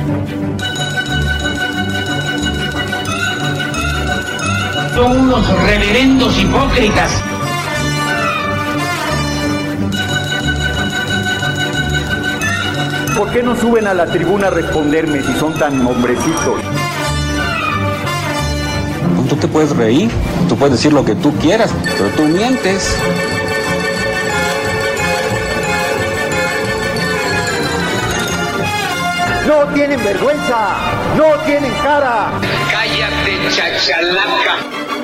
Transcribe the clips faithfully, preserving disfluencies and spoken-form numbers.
Son unos reverendos hipócritas. ¿Por qué no suben a la tribuna a responderme si son tan hombrecitos? Tú te puedes reír, tú puedes decir lo que tú quieras, pero tú mientes. ¡No tienen vergüenza! ¡No tienen cara! ¡Cállate, chachalaca!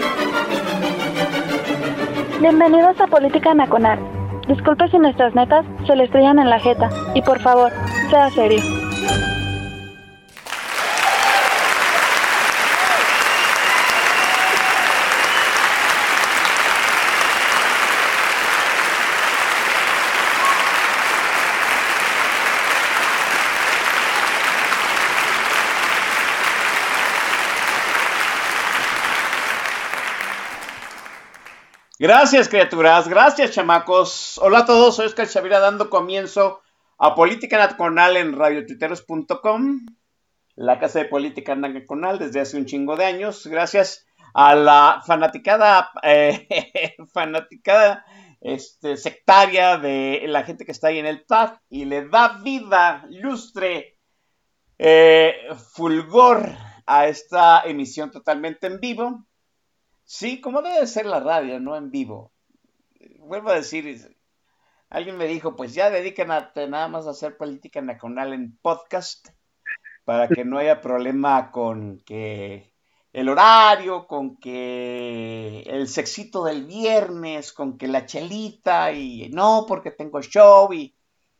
Bienvenidos a Política Nacional. Disculpe si nuestras netas se le estrellan en la jeta. Y por favor, sea serio. Gracias, criaturas. Gracias, chamacos. Hola a todos. Soy Oscar Chavira dando comienzo a Política Nacional en radio tuiteros punto com, la casa de Política Nacional desde hace un chingo de años. Gracias a la fanaticada, eh, fanaticada este, sectaria de la gente que está ahí en el T A G y le da vida, lustre, eh, fulgor a esta emisión totalmente en vivo. Sí, como debe ser la radio, no en vivo. Vuelvo a decir, alguien me dijo, pues ya dedícate nada más a hacer Política Nacional en podcast, para que no haya problema con que el horario, con que el sexito del viernes, con que la chelita, y no, porque tengo show, y,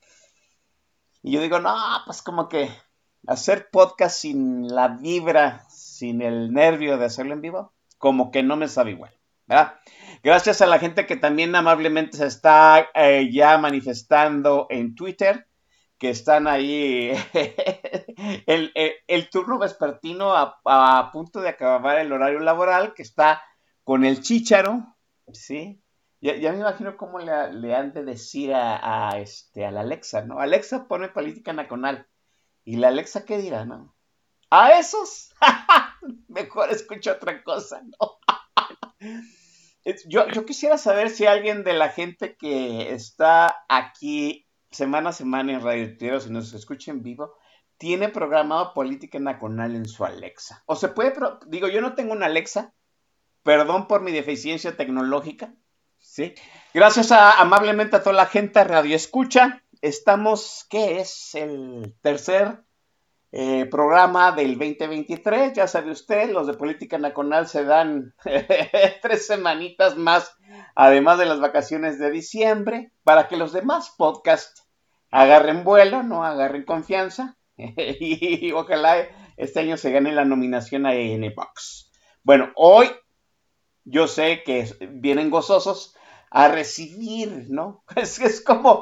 y yo digo, no, pues como que hacer podcast sin la vibra, sin el nervio de hacerlo en vivo, como que no me sabe igual, ¿verdad? Gracias a la gente que también amablemente se está eh, ya manifestando en Twitter, que están ahí el, el, el turno vespertino a, a punto de acabar el horario laboral, que está con el chícharo, ¿sí? Ya, ya me imagino cómo le, le han de decir a, a, este, a la Alexa, ¿no? Alexa, pone Política Nacional. ¿Y la Alexa qué dirá, no? ¿A esos? Mejor escucho otra cosa, ¿no? yo, yo quisiera saber si alguien de la gente que está aquí semana a semana en Radio Tuiteros, si nos escucha en vivo, tiene programado Política Nacional en su Alexa. O se puede, pro- digo, yo no tengo una Alexa, perdón por mi deficiencia tecnológica, ¿sí? Gracias a, amablemente a toda la gente a Radio Escucha. Estamos, ¿qué es? El tercer Eh, programa del veinte veintitrés, ya sabe usted, los de Política Nacional se dan tres semanitas más, además de las vacaciones de diciembre, para que los demás podcasts agarren vuelo, no agarren confianza, y ojalá este año se gane la nominación a E N Box. Bueno, hoy yo sé que vienen gozosos a recibir, ¿no? Es, es como,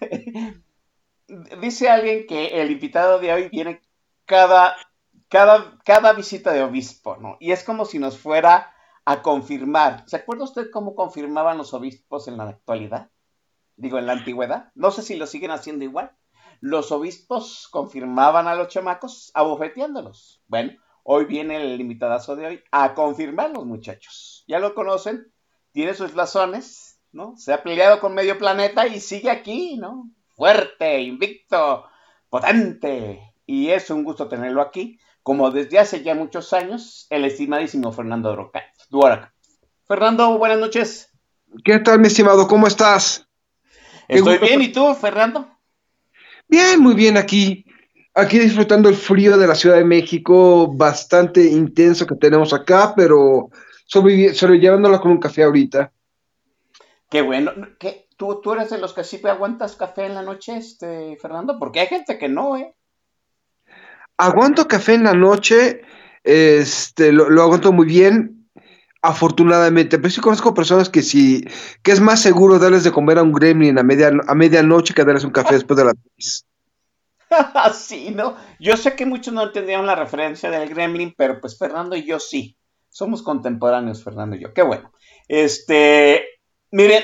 dice alguien que el invitado de hoy viene Cada, cada, cada visita de obispo, ¿no? Y es como si nos fuera a confirmar. ¿Se acuerda usted cómo confirmaban los obispos en la actualidad? Digo, en la antigüedad. No sé si lo siguen haciendo igual. Los obispos confirmaban a los chamacos abofeteándolos. Bueno, hoy viene el invitadazo de hoy a confirmarlos, muchachos. Ya lo conocen, tiene sus blasones, ¿no? Se ha peleado con medio planeta y sigue aquí, ¿no? Fuerte, invicto, potente. Y es un gusto tenerlo aquí, como desde hace ya muchos años, el estimadísimo Fernando Duaraca. Fernando, buenas noches. ¿Qué tal, mi estimado? ¿Cómo estás? Estoy bien, ¿y tú, Fernando? Bien, muy bien aquí. Aquí disfrutando el frío de la Ciudad de México, bastante intenso que tenemos acá, pero sobrevi- sobrellevándolo con un café ahorita. Qué bueno. ¿Qué? ¿Tú, ¿Tú eres de los que sí aguantas café en la noche, este, Fernando? Porque hay gente que no, ¿eh? Aguanto café en la noche, este, lo, lo aguanto muy bien, afortunadamente, pero sí conozco personas que sí, que es más seguro darles de comer a un gremlin a media, a medianoche que darles un café después de las seis. Sí, ¿no? Yo sé que muchos no entendieron la referencia del gremlin, pero pues Fernando y yo sí. Somos contemporáneos, Fernando y yo. Qué bueno. Este, miren,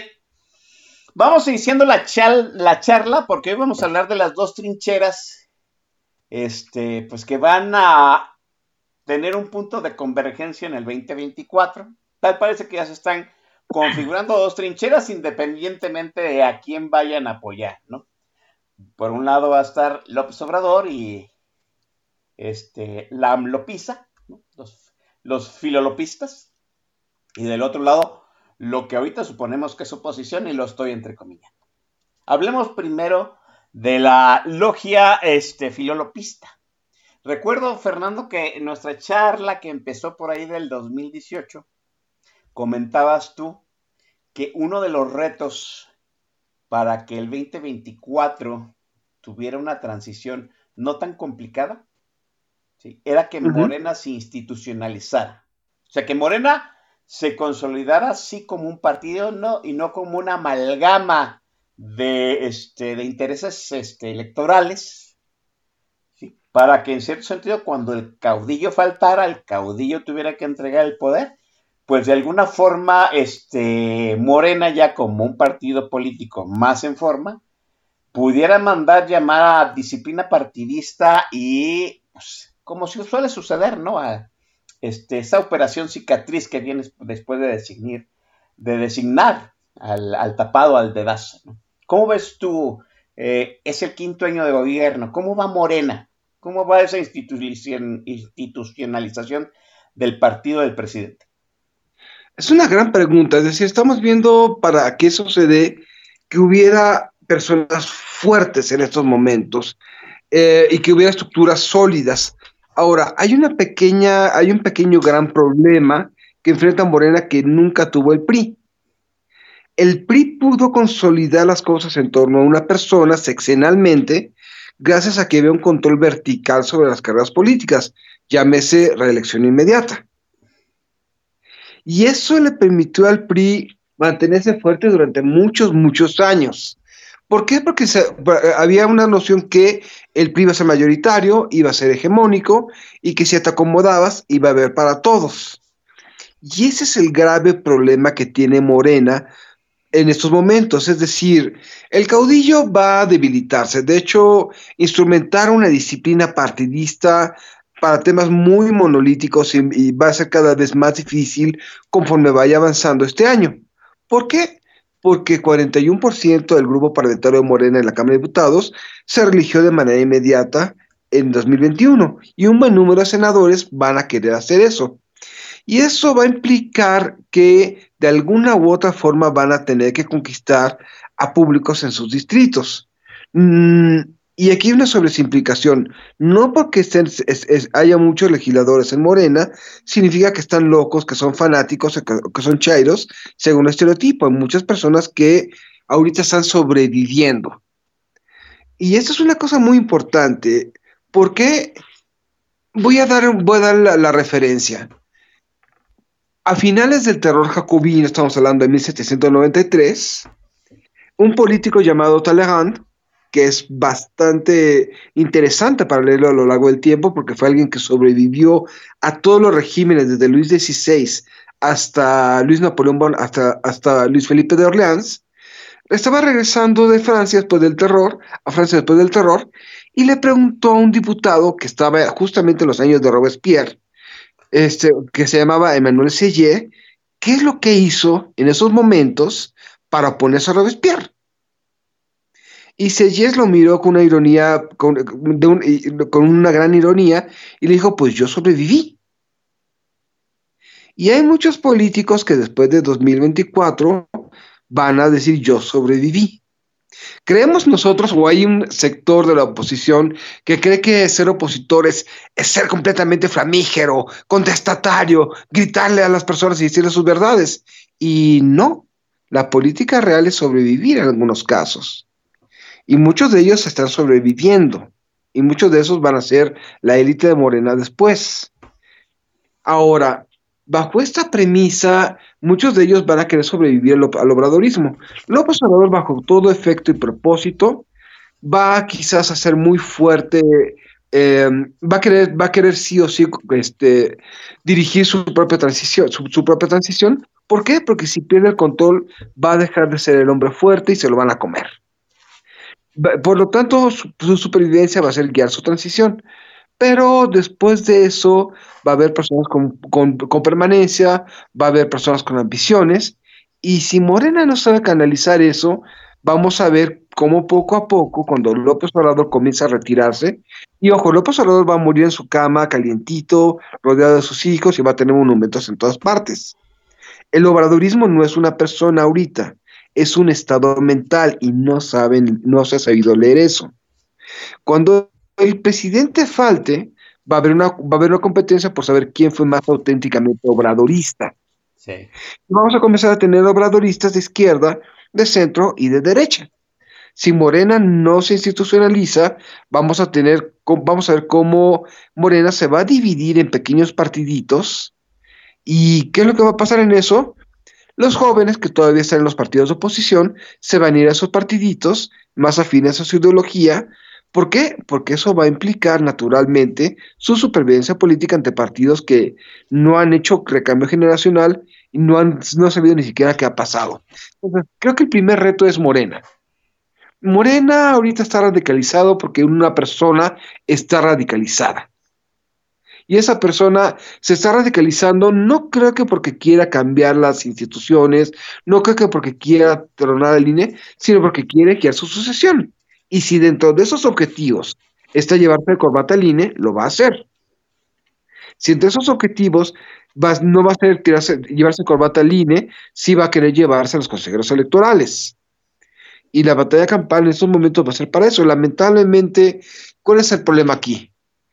vamos iniciando la, chal, la charla porque hoy vamos a hablar de las dos trincheras este, pues que van a tener un punto de convergencia en el veinte veinticuatro. Tal parece que ya se están configurando dos trincheras independientemente de a quién vayan a apoyar, ¿no? Por un lado va a estar López Obrador y este, la AMLOPiza, ¿no? los, los filolopistas, y del otro lado lo que ahorita suponemos que es oposición y lo estoy entrecomillando. Hablemos primero de la logia este, filolopista. Recuerdo, Fernando, que en nuestra charla que empezó por ahí del dos mil dieciocho, comentabas tú que uno de los retos para que el veinte veinticuatro tuviera una transición no tan complicada, ¿sí?, era que uh-huh. Morena se institucionalizara. O sea, que Morena se consolidara así como un partido, ¿no?, y no como una amalgama de, este, de intereses este, electorales, ¿sí?, para que en cierto sentido cuando el caudillo faltara, el caudillo tuviera que entregar el poder, pues de alguna forma este, Morena ya como un partido político más en forma, pudiera mandar llamar a disciplina partidista y, pues, como si suele suceder, ¿no?, a este, esa operación cicatriz que viene después de designar, de designar al, al tapado, al dedazo, ¿no? ¿Cómo ves tú? Eh, es el quinto año de gobierno. ¿Cómo va Morena? ¿Cómo va esa institucion, institucionalización del partido del presidente? Es una gran pregunta. Es decir, estamos viendo para que eso se dé, que hubiera personas fuertes en estos momentos eh, y que hubiera estructuras sólidas. Ahora, hay una pequeña, hay un pequeño gran problema que enfrenta Morena que nunca tuvo el P R I. El P R I pudo consolidar las cosas en torno a una persona sexenalmente gracias a que había un control vertical sobre las carreras políticas, llámese reelección inmediata. Y eso le permitió al P R I mantenerse fuerte durante muchos, muchos años. ¿Por qué? Porque se, había una noción que el P R I iba a ser mayoritario, iba a ser hegemónico, y que si te acomodabas, iba a haber para todos. Y ese es el grave problema que tiene Morena en estos momentos. Es decir, el caudillo va a debilitarse. De hecho, instrumentar una disciplina partidista para temas muy monolíticos y, y va a ser cada vez más difícil conforme vaya avanzando este año. ¿Por qué? Porque cuarenta y uno por ciento del grupo parlamentario de Morena en la Cámara de Diputados se religió de manera inmediata en dos mil veintiuno y un buen número de senadores van a querer hacer eso. Y eso va a implicar que de alguna u otra forma van a tener que conquistar a públicos en sus distritos. Mm, y aquí hay una sobresimplificación. No porque estén, es, es, haya muchos legisladores en Morena, significa que están locos, que son fanáticos, que, que son chairos, según el estereotipo. Hay muchas personas que ahorita están sobreviviendo. Y esto es una cosa muy importante, porque voy a dar, voy a dar la, la referencia. A finales del terror jacobino, estamos hablando de mil setecientos noventa y tres, un político llamado Talleyrand, que es bastante interesante para leerlo a lo largo del tiempo, porque fue alguien que sobrevivió a todos los regímenes, desde Luis dieciséis hasta Luis Napoleón, hasta, hasta Luis Felipe de Orleans, estaba regresando de Francia después del terror, a Francia después del terror, y le preguntó a un diputado que estaba justamente en los años de Robespierre, Este, que se llamaba Emmanuel Séguier, ¿qué es lo que hizo en esos momentos para oponerse a Robespierre? Y Séguier lo miró con una ironía, con, de un, con una gran ironía, y le dijo, pues yo sobreviví. Y hay muchos políticos que después de dos mil veinticuatro van a decir, yo sobreviví. ¿Creemos nosotros, o hay un sector de la oposición que cree que ser opositores es ser completamente flamígero, contestatario, gritarle a las personas y decirles sus verdades? Y no, la política real es sobrevivir en algunos casos. Y muchos de ellos están sobreviviendo. Y muchos de esos van a ser la élite de Morena después. Ahora, bajo esta premisa, muchos de ellos van a querer sobrevivir al, al obradorismo. López Obrador, bajo todo efecto y propósito, va quizás a ser muy fuerte, eh, va a querer, va a querer sí o sí este, dirigir su propia transición, su, su propia transición. ¿Por qué? Porque si pierde el control, va a dejar de ser el hombre fuerte y se lo van a comer. Por lo tanto, su, su supervivencia va a ser guiar su transición. Pero después de eso va a haber personas con, con, con permanencia, va a haber personas con ambiciones, y si Morena no sabe canalizar eso, vamos a ver cómo poco a poco, cuando López Obrador comienza a retirarse, y ojo, López Obrador va a morir en su cama, calientito, rodeado de sus hijos, y va a tener monumentos en todas partes. El obradorismo no es una persona ahorita, es un estado mental, y no saben, no se ha sabido leer eso. Cuando el presidente falte, va a haber una, va a haber una competencia por saber quién fue más auténticamente obradorista. Sí. Y vamos a comenzar a tener obradoristas de izquierda, de centro y de derecha. Si Morena no se institucionaliza, vamos a tener, vamos a ver cómo Morena se va a dividir en pequeños partiditos. ¿Y qué es lo que va a pasar en eso? Los jóvenes que todavía están en los partidos de oposición se van a ir a esos partiditos más afines a su ideología. ¿Por qué? Porque eso va a implicar naturalmente su supervivencia política ante partidos que no han hecho recambio generacional y no han no sabido ni siquiera qué ha pasado. Entonces, creo que el primer reto es Morena. Morena ahorita está radicalizado porque una persona está radicalizada. Y esa persona se está radicalizando, no creo que porque quiera cambiar las instituciones, no creo que porque quiera tronar al I N E, sino porque quiere guiar su sucesión. Y si dentro de esos objetivos está llevarse de corbata al I N E, lo va a hacer. Si entre esos objetivos va, no va a ser tirarse, llevarse de corbata al I N E, sí va a querer llevarse a los consejeros electorales. Y la batalla campal en estos momentos va a ser para eso. Lamentablemente, ¿cuál es el problema aquí?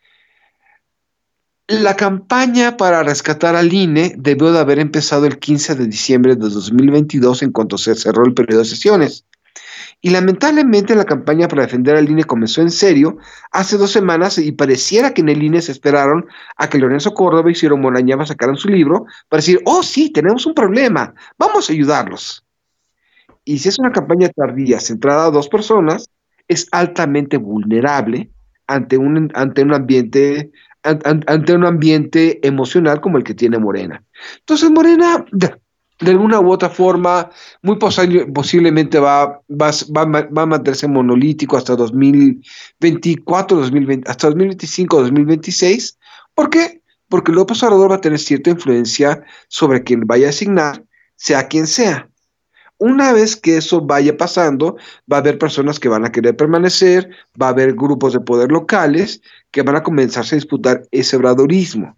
La campaña para rescatar al I N E debió de haber empezado el quince de diciembre de dos mil veintidós en cuanto se cerró el periodo de sesiones. Y lamentablemente la campaña para defender al I N E comenzó en serio hace dos semanas y pareciera que en el I N E se esperaron a que Lorenzo Córdoba y Ciro Morañaba sacaran su libro para decir, oh sí, tenemos un problema, vamos a ayudarlos. Y si es una campaña tardía centrada a dos personas, es altamente vulnerable ante un, ante un ambiente ante un ambiente emocional como el que tiene Morena. Entonces Morena, de, de alguna u otra forma, muy posible, posiblemente va, va, va, va a mantenerse monolítico hasta dos mil veinticuatro, dos mil veinte, hasta dos mil veinticinco, dos mil veintiséis. ¿Por qué? Porque López Obrador va a tener cierta influencia sobre quien vaya a asignar, sea quien sea. Una vez que eso vaya pasando, va a haber personas que van a querer permanecer, va a haber grupos de poder locales que van a comenzarse a disputar ese obradorismo.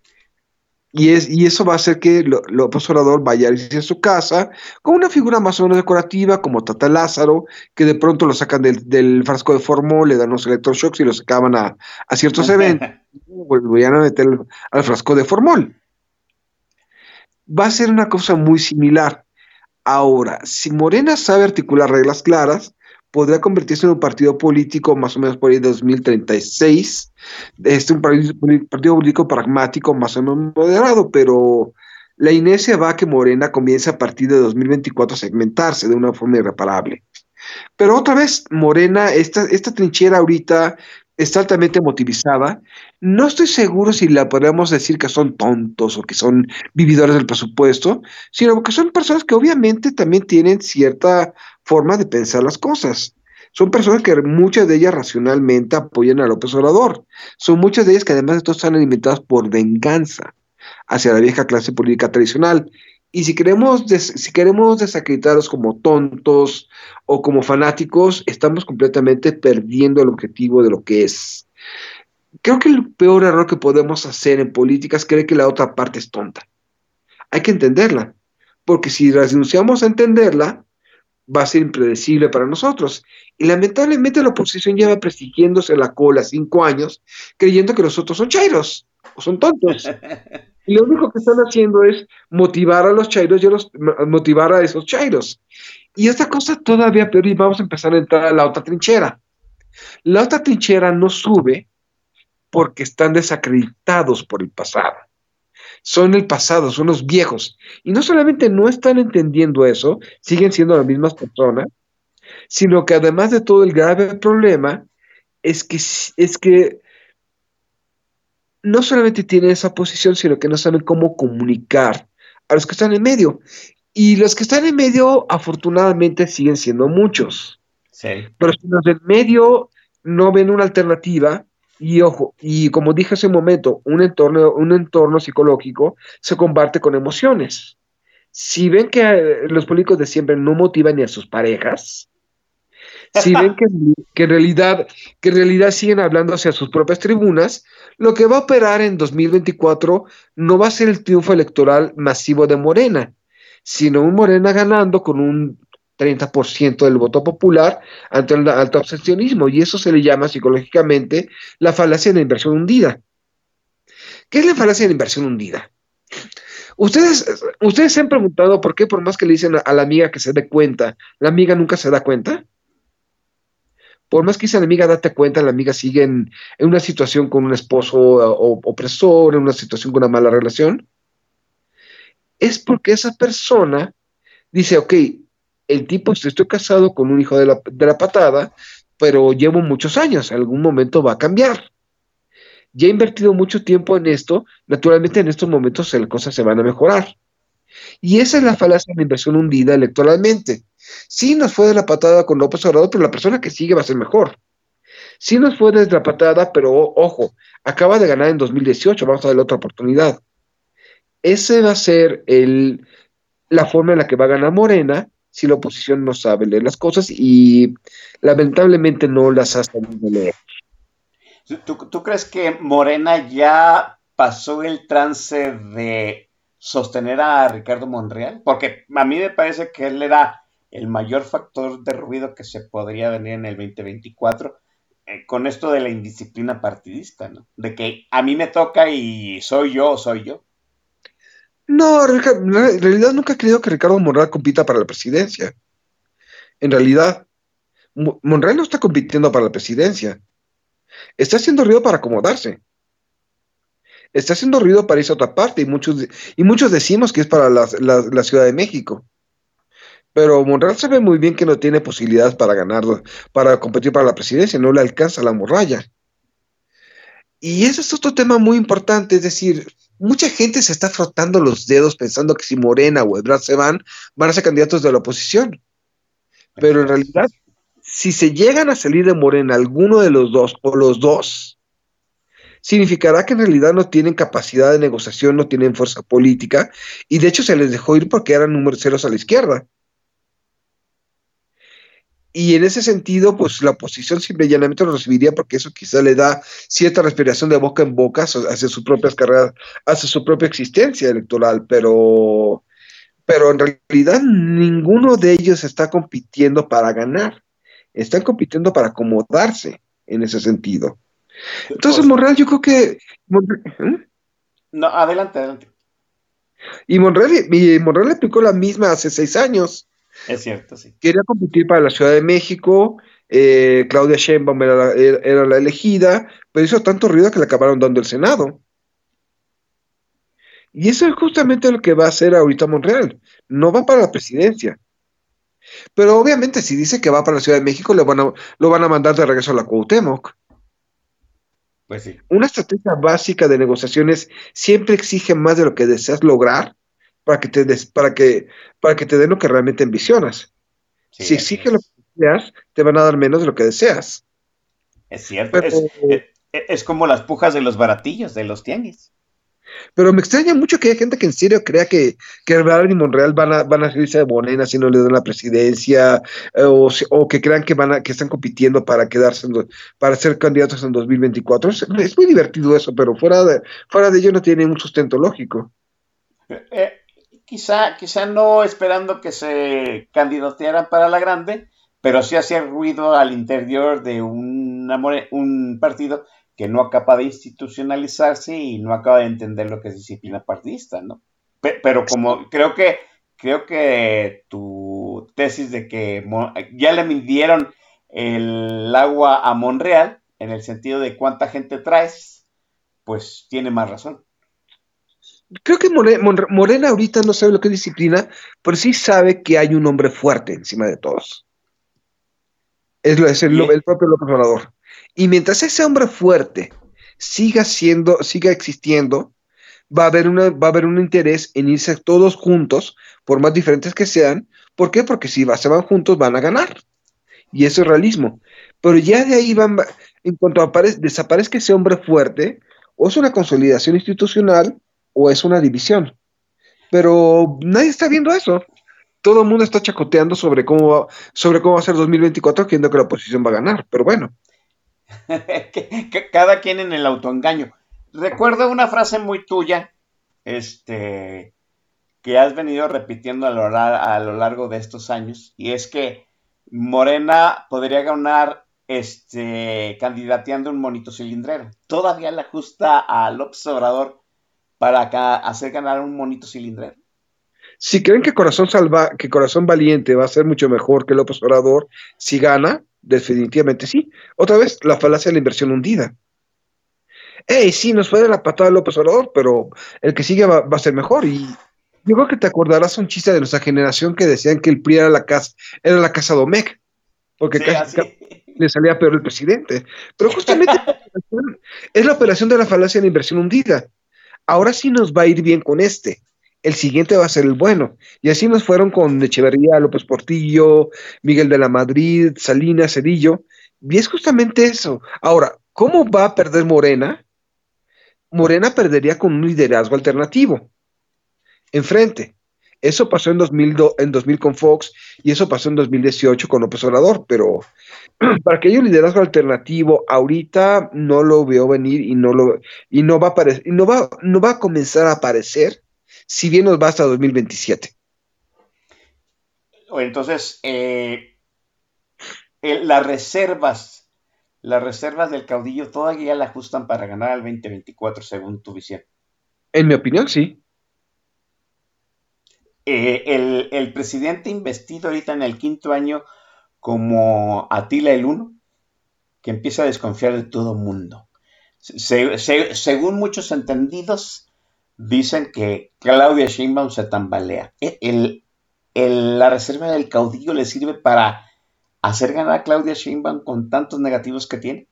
Y, es, y eso va a hacer que López Obrador vaya a irse a su casa con una figura más o menos decorativa, como Tata Lázaro, que de pronto lo sacan del, del frasco de formol, le dan unos electroshocks y lo sacaban a, a ciertos eventos, y volvían a meter al frasco de formol. Va a ser una cosa muy similar. Ahora, si Morena sabe articular reglas claras, podría convertirse en un partido político más o menos por ahí de dos mil treinta y seis, este, un partido político pragmático más o menos moderado, pero la inercia va a que Morena comience a partir de dos mil veinticuatro a segmentarse de una forma irreparable. Pero otra vez, Morena, esta, esta trinchera ahorita está altamente motivizada. No estoy seguro si la podemos decir que son tontos o que son vividores del presupuesto, sino que son personas que obviamente también tienen cierta forma de pensar las cosas. Son personas que muchas de ellas racionalmente apoyan a López Obrador. Son muchas de ellas que además de todo están alimentadas por venganza hacia la vieja clase política tradicional. Y si queremos, des, si queremos desacreditarlos como tontos o como fanáticos, estamos completamente perdiendo el objetivo de lo que es. Creo que el peor error que podemos hacer en política es creer que la otra parte es tonta. Hay que entenderla, porque si renunciamos a entenderla, va a ser impredecible para nosotros. Y lamentablemente la oposición lleva persiguiéndose la cola cinco años, creyendo que los otros son chairos o son tontos. Y lo único que están haciendo es motivar a los chairos y a los, motivar a esos chairos. Y esta cosa todavía peor, y vamos a empezar a entrar a la otra trinchera. La otra trinchera no sube porque están desacreditados por el pasado. Son el pasado, son los viejos. Y no solamente no están entendiendo eso, siguen siendo las mismas personas, sino que además de todo el grave problema, es que, es que no solamente tienen esa posición, sino que no saben cómo comunicar a los que están en medio. Y los que están en medio, afortunadamente, siguen siendo muchos. Sí. Pero si los del medio no ven una alternativa, y ojo, y como dije hace un momento, un entorno, un entorno psicológico se comparte con emociones. Si ven que eh, los políticos de siempre no motivan ni a sus parejas, si ven que, que en realidad, que en realidad siguen hablando hacia sus propias tribunas, lo que va a operar en dos mil veinticuatro no va a ser el triunfo electoral masivo de Morena, sino un Morena ganando con un treinta por ciento del voto popular ante el alto abstencionismo, y eso se le llama psicológicamente la falacia de la inversión hundida. ¿Qué es la falacia de la inversión hundida? Ustedes, ustedes se han preguntado por qué, por más que le dicen a, a la amiga que se dé cuenta, la amiga nunca se da cuenta. Por más que dice la amiga, date cuenta, la amiga sigue en, en una situación con un esposo o, opresor, en una situación con una mala relación. Es porque esa persona dice, ok, el tipo, estoy casado con un hijo de la, de la patada, pero llevo muchos años, en algún momento va a cambiar. Ya he invertido mucho tiempo en esto, naturalmente en estos momentos las cosas se van a mejorar. Y esa es la falacia de la inversión hundida electoralmente. Sí nos fue de la patada con López Obrador, pero la persona que sigue va a ser mejor. Sí nos fue de la patada, pero ojo, acaba de ganar en dos mil dieciocho, vamos a darle otra oportunidad. Ese va a ser el, la forma en la que va a ganar Morena si la oposición no sabe leer las cosas y lamentablemente no las ha sabido leer. ¿Tú, ¿Tú crees que Morena ya pasó el trance de sostener a Ricardo Monreal? Porque a mí me parece que él era el mayor factor de ruido que se podría venir en el veinte veinticuatro eh, con esto de la indisciplina partidista, ¿no? De que a mí me toca y soy yo, soy yo. No, en realidad nunca he creído que Ricardo Monreal compita para la presidencia. En realidad, Monreal no está compitiendo para la presidencia. Está haciendo ruido para acomodarse. Está haciendo ruido para irse a otra parte y muchos, y muchos decimos que es para la, la, la Ciudad de México. Pero Monreal sabe muy bien que no tiene posibilidades para ganar, para competir para la presidencia, no le alcanza la morralla. Y ese es otro tema muy importante, es decir, mucha gente se está frotando los dedos pensando que si Morena o Ebrard se van, van a ser candidatos de la oposición. Pero en realidad, si se llegan a salir de Morena alguno de los dos o los dos, significará que en realidad no tienen capacidad de negociación, no tienen fuerza política, y de hecho se les dejó ir porque eran números ceros a la izquierda. Y en ese sentido, pues la oposición simple y llanamente lo recibiría porque eso quizá le da cierta respiración de boca en boca hacia sus propias carreras, hacia su propia existencia electoral, pero, pero en realidad ninguno de ellos está compitiendo para ganar, están compitiendo para acomodarse en ese sentido. Entonces, Monreal, yo creo que... ¿eh? No, adelante, adelante. Y Monreal, y Monreal le aplicó la misma hace seis años. Es cierto, sí. Quería competir para la Ciudad de México, eh, Claudia Sheinbaum era la, era la elegida, pero hizo tanto ruido que le acabaron dando el Senado. Y eso es justamente lo que va a hacer ahorita Monreal. No va para la presidencia. Pero obviamente si dice que va para la Ciudad de México, le van a, lo van a mandar de regreso a la Cuauhtémoc. Pues sí. Una estrategia básica de negociaciones siempre exige más de lo que deseas lograr para que te des, para que para que te den lo que realmente ambicionas. Sí, si exige es. Lo que deseas, te van a dar menos de lo que deseas. Es cierto. Pero, es, es, es como las pujas de los baratillos, de los tianguis. Pero me extraña mucho que haya gente que en serio crea que, que Ebrard y Monreal van a, van a salirse de Morena si no le dan la presidencia, eh, o, o que crean que van a, que están compitiendo para quedarse, en, para ser candidatos en dos mil veinticuatro. Es, es muy divertido eso, pero fuera de, fuera de ello no tiene un sustento lógico. Eh, quizá, quizá no esperando que se candidatearan para la grande, pero sí hacía ruido al interior de una, un partido que no acaba de institucionalizarse y no acaba de entender lo que es disciplina partidista, ¿no? Pero como creo que creo que tu tesis de que ya le midieron el agua a Monreal, en el sentido de cuánta gente traes, pues tiene más razón. Creo que Morena, Morena ahorita no sabe lo que es disciplina, pero sí sabe que hay un hombre fuerte encima de todos. Es, es el, el propio López Obrador. Y mientras ese hombre fuerte siga siendo, siga existiendo, va a haber una, va a haber un interés en irse todos juntos, por más diferentes que sean. ¿Por qué? Porque si se van juntos van a ganar. y eso es realismo. Pero ya de ahí van, en cuanto apare- desaparezca ese hombre fuerte, o es una consolidación institucional o es una división. Pero nadie está viendo eso. Todo el mundo está chacoteando sobre cómo va, sobre cómo va a ser dos mil veinticuatro, creyendo que la oposición va a ganar, pero bueno. que, que cada quien en el autoengaño. Recuerdo una frase muy tuya, este, que has venido repitiendo a lo, lar- a lo largo de estos años, y es que Morena podría ganar este, candidateando un monito cilindrero. ¿Todavía le ajusta a López Obrador para ca- hacer ganar un monito cilindrero? Si creen que Corazón Salva, que Corazón Valiente va a ser mucho mejor que López Obrador, si gana, definitivamente sí. Otra vez, la falacia de la inversión hundida. Ey, sí, nos fue de la patada López Obrador, pero el que sigue va, va a ser mejor. Y yo creo que te acordarás un chiste de nuestra generación que decían que el P R I era la casa, era la casa Domecq, porque Sí, casi así. ca- le salía peor el presidente. Pero justamente es la operación de la falacia de la inversión hundida. Ahora sí nos va a ir bien con este. El siguiente va a ser el bueno. Y así nos fueron con Echeverría, López Portillo, Miguel de la Madrid, Salinas, Cedillo. Y es justamente eso. Ahora, ¿cómo va a perder Morena? Morena perdería con un liderazgo alternativo enfrente. Eso pasó en dos mil dos, en dos mil con Fox y eso pasó en dos mil dieciocho con López Obrador, pero para que haya un liderazgo alternativo ahorita no lo veo venir y no lo y no va a aparecer, y no va no va a comenzar a aparecer, si bien nos va hasta dos mil veintisiete. O entonces, eh, el- las reservas, las reservas del caudillo todavía le ajustan para ganar al veinte veinticuatro, según tu visión. En mi opinión, sí. Eh, el, el presidente investido ahorita en el quinto año como Atila el Uno, que empieza a desconfiar de todo mundo. Se- se- según muchos entendidos, dicen que Claudia Sheinbaum se tambalea. El, el- el- la reserva del caudillo le sirve para hacer ganar a Claudia Sheinbaum con tantos negativos que tiene.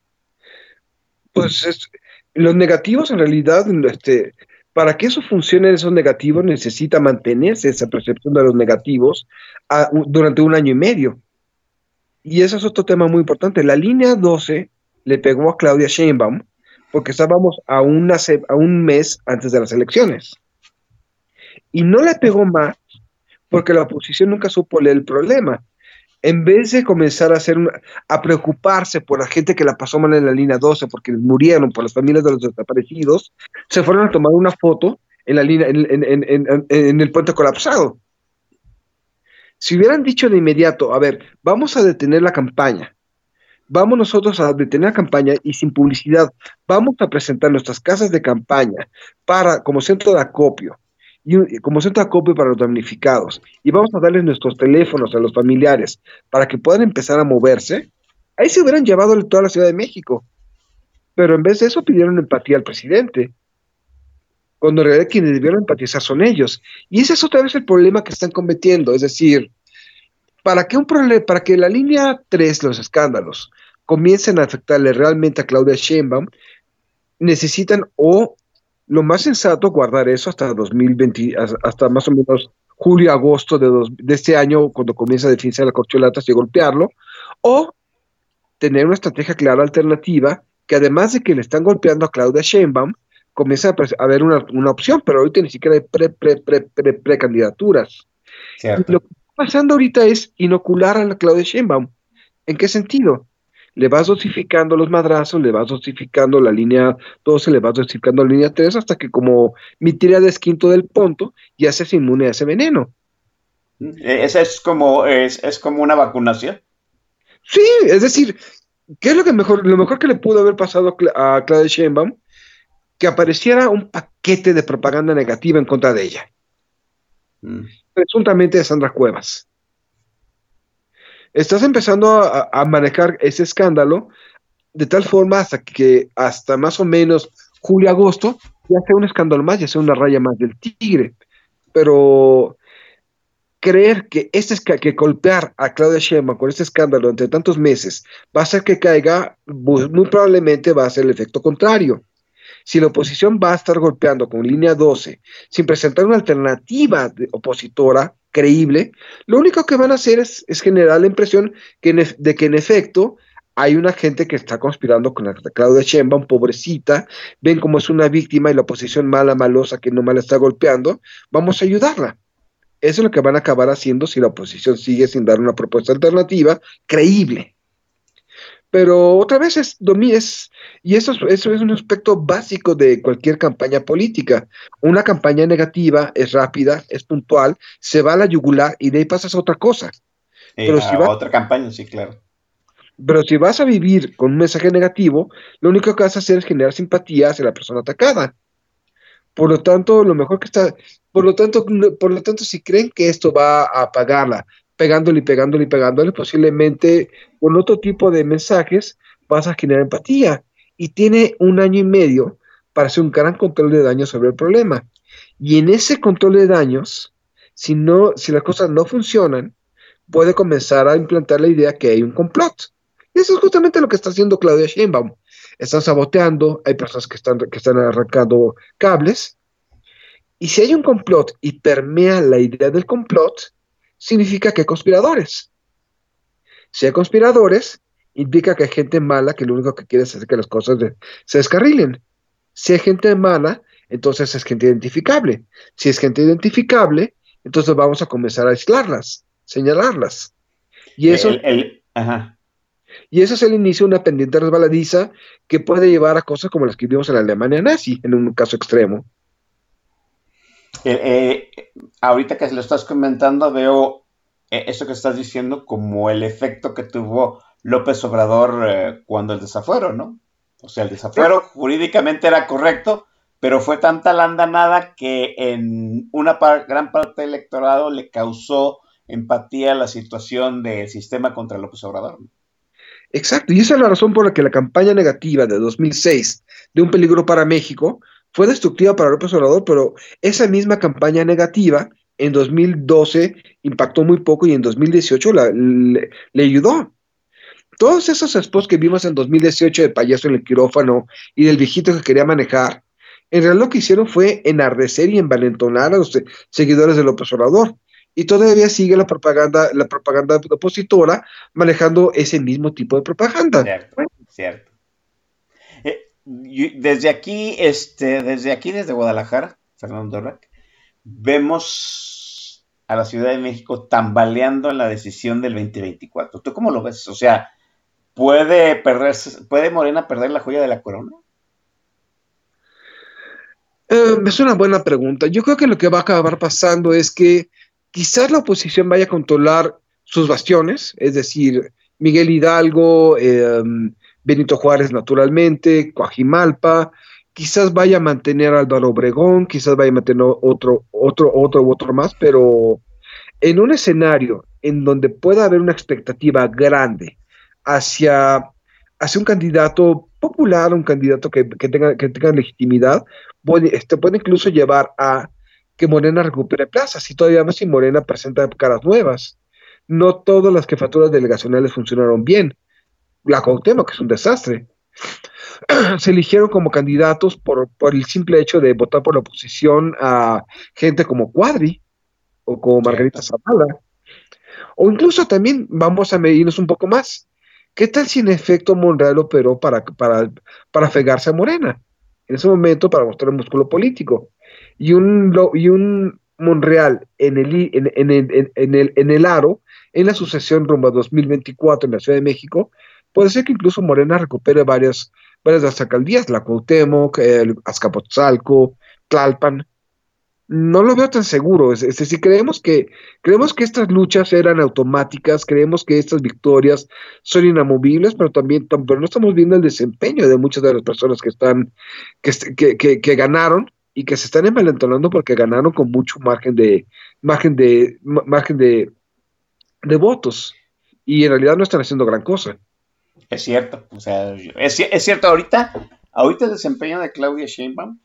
Pues es- los negativos en realidad, este, para que eso funcione, esos negativos necesita mantenerse esa percepción de los negativos a- u- durante un año y medio. Y ese es otro tema muy importante. La línea doce le pegó a Claudia Sheinbaum porque estábamos a, una se- a un mes antes de las elecciones. Y no le pegó más porque la oposición nunca supo leer el problema. En vez de comenzar a hacer una- a preocuparse por la gente que la pasó mal en la línea doce porque murieron, por las familias de los desaparecidos, se fueron a tomar una foto en la línea, en, en- en- en- en el puente colapsado. Si hubieran dicho de inmediato, a ver, vamos a detener la campaña, vamos nosotros a detener la campaña y sin publicidad, vamos a presentar nuestras casas de campaña para, como centro de acopio, y un- como centro de acopio para los damnificados, y vamos a darles nuestros teléfonos a los familiares para que puedan empezar a moverse, ahí se hubieran llevado toda la Ciudad de México. Pero en vez de eso pidieron empatía al presidente, cuando en realidad quienes debieron empatizar son ellos. Y ese es otra vez el problema que están cometiendo, es decir, para que un problema, para que la línea tres, los escándalos, comiencen a afectarle realmente a Claudia Sheinbaum, necesitan o lo más sensato guardar eso hasta dos mil veinte, hasta hasta más o menos julio, agosto de, dos- de este año, cuando comienza a definirse la corcholatas y golpearlo, o tener una estrategia clara alternativa que además de que le están golpeando a Claudia Sheinbaum, comienza a, pres- a haber una, una opción, pero ahorita ni siquiera hay pre, pre, pre, pre, precandidaturas. Y Cierto. lo que está pasando ahorita es inocular a la Claudia Sheinbaum. ¿En qué sentido? Le vas dosificando los madrazos, le vas dosificando la línea doce, le vas dosificando la línea tres, hasta que como mi tirada es quinto del punto, ya se hace inmune a ese veneno. Eh, Esa es como, es, es como una vacunación. Sí, es decir, ¿qué es lo que mejor, lo mejor que le pudo haber pasado a, Cla- a Claudia Sheinbaum? Que apareciera un paquete de propaganda negativa en contra de ella, Mm. presuntamente de Sandra Cuevas. Estás empezando a, a manejar ese escándalo de tal forma hasta que hasta más o menos julio, agosto, ya sea un escándalo más, ya sea una raya más del tigre. Pero creer que este esca- que golpear a Claudia Sheinbaum con este escándalo entre tantos meses va a hacer que caiga, bu- muy probablemente va a ser el efecto contrario. Si la oposición va a estar golpeando con línea doce sin presentar una alternativa de- opositora, creíble, lo único que van a hacer es, es generar la impresión que en ef- de que en efecto hay una gente que está conspirando con la Claudia Sheinbaum, pobrecita, ven como es una víctima y la oposición mala, malosa que nomás la está golpeando, vamos a ayudarla. Eso es lo que van a acabar haciendo si la oposición sigue sin dar una propuesta alternativa creíble. Pero otra vez es, domi- es y eso, es- eso es un aspecto básico de cualquier campaña política. Una campaña negativa es rápida, es puntual, se va a la yugular y de ahí pasas a otra cosa. Eh, Pero si a vas, otra campaña, sí, claro. pero si vas a vivir con un mensaje negativo, lo único que vas a hacer es generar simpatía hacia la persona atacada. Por lo tanto, lo mejor que está, por lo tanto, no- por lo tanto, si creen que esto va a apagarla, pegándole y pegándole y pegándole, posiblemente con otro tipo de mensajes vas a generar empatía. Y tiene un año y medio para hacer un gran control de daños sobre el problema. Y en ese control de daños, si no, si las cosas no funcionan, puede comenzar a implantar la idea que hay un complot. Y eso es justamente lo que está haciendo Claudia Sheinbaum. Están saboteando, hay personas que están, que están arrancando cables, y si hay un complot y permea la idea del complot, significa que hay conspiradores. Si hay conspiradores, indica que hay gente mala que lo único que quiere es hacer que las cosas de- se descarrilen. Si hay gente mala, entonces es gente identificable. Si es gente identificable, entonces vamos a comenzar a aislarlas, señalarlas. Y eso, El, el, ajá. y eso es el inicio de una pendiente resbaladiza que puede llevar a cosas como las que vimos en la Alemania nazi, en un caso extremo. El, eh, ahorita que lo estás comentando, veo eh, eso que estás diciendo como el efecto que tuvo López Obrador eh, cuando el desafuero, ¿no? O sea, el desafuero jurídicamente era correcto, pero fue tanta la andanada que en una par- gran parte del electorado le causó empatía la situación del sistema contra López Obrador, ¿no? Exacto, y esa es la razón por la que la campaña negativa de dos mil seis de Un peligro para México fue destructiva para López Obrador, pero esa misma campaña negativa en dos mil doce impactó muy poco y en dos mil dieciocho la- le, le ayudó. Todos esos spots que vimos en dos mil dieciocho de payaso en el quirófano y del viejito que quería manejar, en realidad lo que hicieron fue enardecer y envalentonar a los se- seguidores de López Obrador. Y todavía sigue la propaganda, la propaganda opositora manejando ese mismo tipo de propaganda. Cierto, cierto. Eh, y desde aquí, este, desde aquí, desde Guadalajara, Fernando Rack, vemos a la Ciudad de México tambaleando en la decisión del veinte veinticuatro. ¿Tú cómo lo ves? O sea, ¿puede perderse, puede Morena perder la joya de la corona? Eh, es una buena pregunta. Yo creo que lo que va a acabar pasando es que quizás la oposición vaya a controlar sus bastiones, es decir, Miguel Hidalgo, eh, Benito Juárez naturalmente, Coajimalpa, quizás vaya a mantener a Álvaro Obregón, quizás vaya a mantener otro, otro, otro u otro más, pero en un escenario en donde pueda haber una expectativa grande hacia, hacia un candidato popular, un candidato que, que tenga, que tenga legitimidad, puede, este, puede incluso llevar a que Morena recupere plazas y todavía más si Morena presenta caras nuevas. No todas las jefaturas delegacionales funcionaron bien. La Cuauhtémoc, que es un desastre. Se eligieron como candidatos por, por el simple hecho de votar por la oposición a gente como Cuadri o como Margarita Cierto. Zavala. O incluso también vamos a medirnos un poco más. ¿Qué tal si en efecto Monreal operó para, para, para fegarse a Morena? En ese momento para mostrar el músculo político. Y un, lo- y un Monreal en el, i- en, en el, en, en el, en el aro, en la sucesión rumbo a dos mil veinticuatro en la Ciudad de México, puede ser que incluso Morena recupere varias, varias de las alcaldías, la Cuauhtémoc, el Azcapotzalco, Tlalpan. No lo veo tan seguro. Es, es decir, creemos que, creemos que estas luchas eran automáticas, creemos que estas victorias son inamovibles, pero también tam- pero no estamos viendo el desempeño de muchas de las personas que están, que, est- que, que, que ganaron y que se están envalentonando porque ganaron con mucho margen de, margen de, ma- margen de, de votos. Y en realidad no están haciendo gran cosa. Es cierto, o sea, es, ci- es cierto, ahorita, ahorita el desempeño de Claudia Sheinbaum,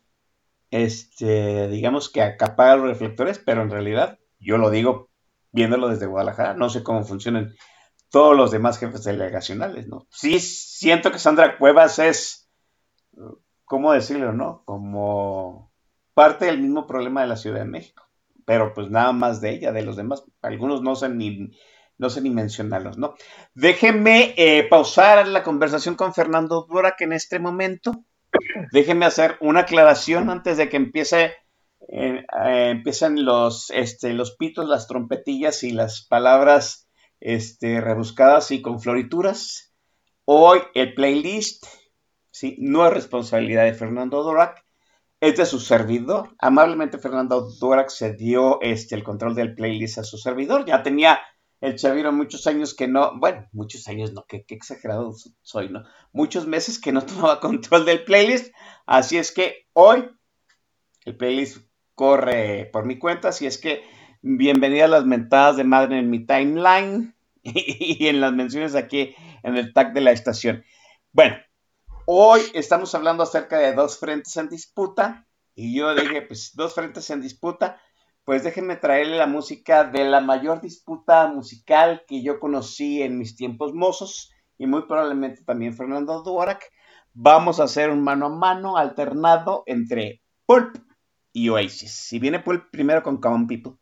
este, digamos que acapara los reflectores, pero en realidad, yo lo digo viéndolo desde Guadalajara, no sé cómo funcionan todos los demás jefes delegacionales, ¿no? Sí siento que Sandra Cuevas es, ¿cómo decirlo, no? Como parte del mismo problema de la Ciudad de México. pero pues nada más de ella, de los demás, algunos no sé ni, no sé ni mencionarlos, ¿no? Déjenme eh, pausar la conversación con Fernando Dvorak en este momento. Déjenme hacer una aclaración antes de que empiece, eh, eh, empiecen los, este, los pitos, las trompetillas y las palabras este, rebuscadas y con florituras. Hoy el playlist, ¿sí? No es responsabilidad de Fernando Dvorak, es de su servidor. Amablemente Fernando Dvorak se dio este, el control del playlist a su servidor. Ya tenía el Chaviro muchos años que no, bueno, muchos años no, qué, qué exagerado soy, ¿no? Muchos meses que no tomaba control del playlist. Así es que hoy el playlist corre por mi cuenta. Así es que bienvenida a las mentadas de madre en mi timeline y en las menciones aquí en el tag de la estación. Bueno, hoy estamos hablando acerca de dos frentes en disputa, y yo dije, pues, dos frentes en disputa, pues déjenme traerle la música de la mayor disputa musical que yo conocí en mis tiempos mozos, y muy probablemente también Fernando Dvorak. Vamos a hacer un mano a mano alternado entre Pulp y Oasis. Si viene Pulp primero con Common People.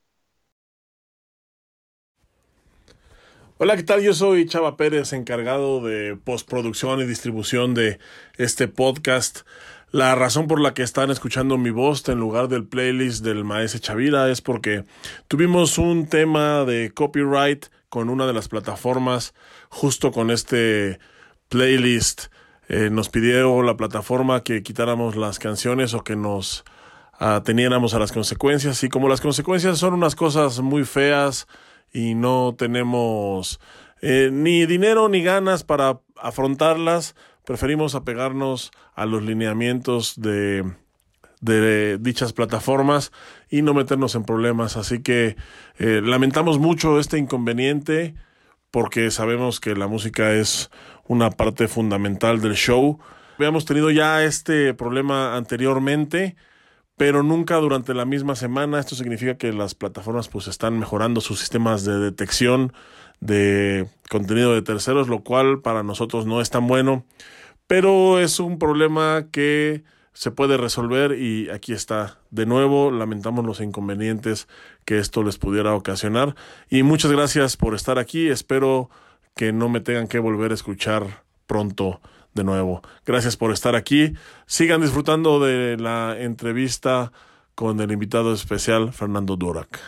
Hola, ¿qué tal? Yo soy Chava Pérez, encargado de postproducción y distribución de este podcast. La razón por la que están escuchando mi voz en lugar del playlist del maese Chavira es porque tuvimos un tema de copyright con una de las plataformas justo con este playlist. Eh, nos pidió la plataforma que quitáramos las canciones o que nos ateniéramos a las consecuencias, y como las consecuencias son unas cosas muy feas y no tenemos eh, ni dinero ni ganas para afrontarlas, preferimos apegarnos a los lineamientos de, de dichas plataformas y no meternos en problemas. Así que eh, lamentamos mucho este inconveniente, porque sabemos que la música es una parte fundamental del show. Habíamos tenido ya este problema anteriormente, pero nunca durante la misma semana. Esto significa que las plataformas pues están mejorando sus sistemas de detección de contenido de terceros, lo cual para nosotros no es tan bueno, pero es un problema que se puede resolver, y aquí está. De nuevo, lamentamos los inconvenientes que esto les pudiera ocasionar, y muchas gracias por estar aquí. Espero que no me tengan que volver a escuchar pronto de nuevo. Gracias por estar aquí. Sigan disfrutando de la entrevista con el invitado especial, Fernando Dvorak.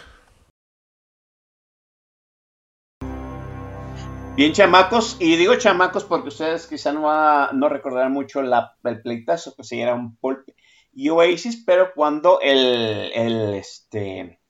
Bien, chamacos, y digo chamacos porque ustedes quizá no, va, no recordarán mucho la, el pleitazo que se era un Pulp y Oasis, pero cuando el, el, este,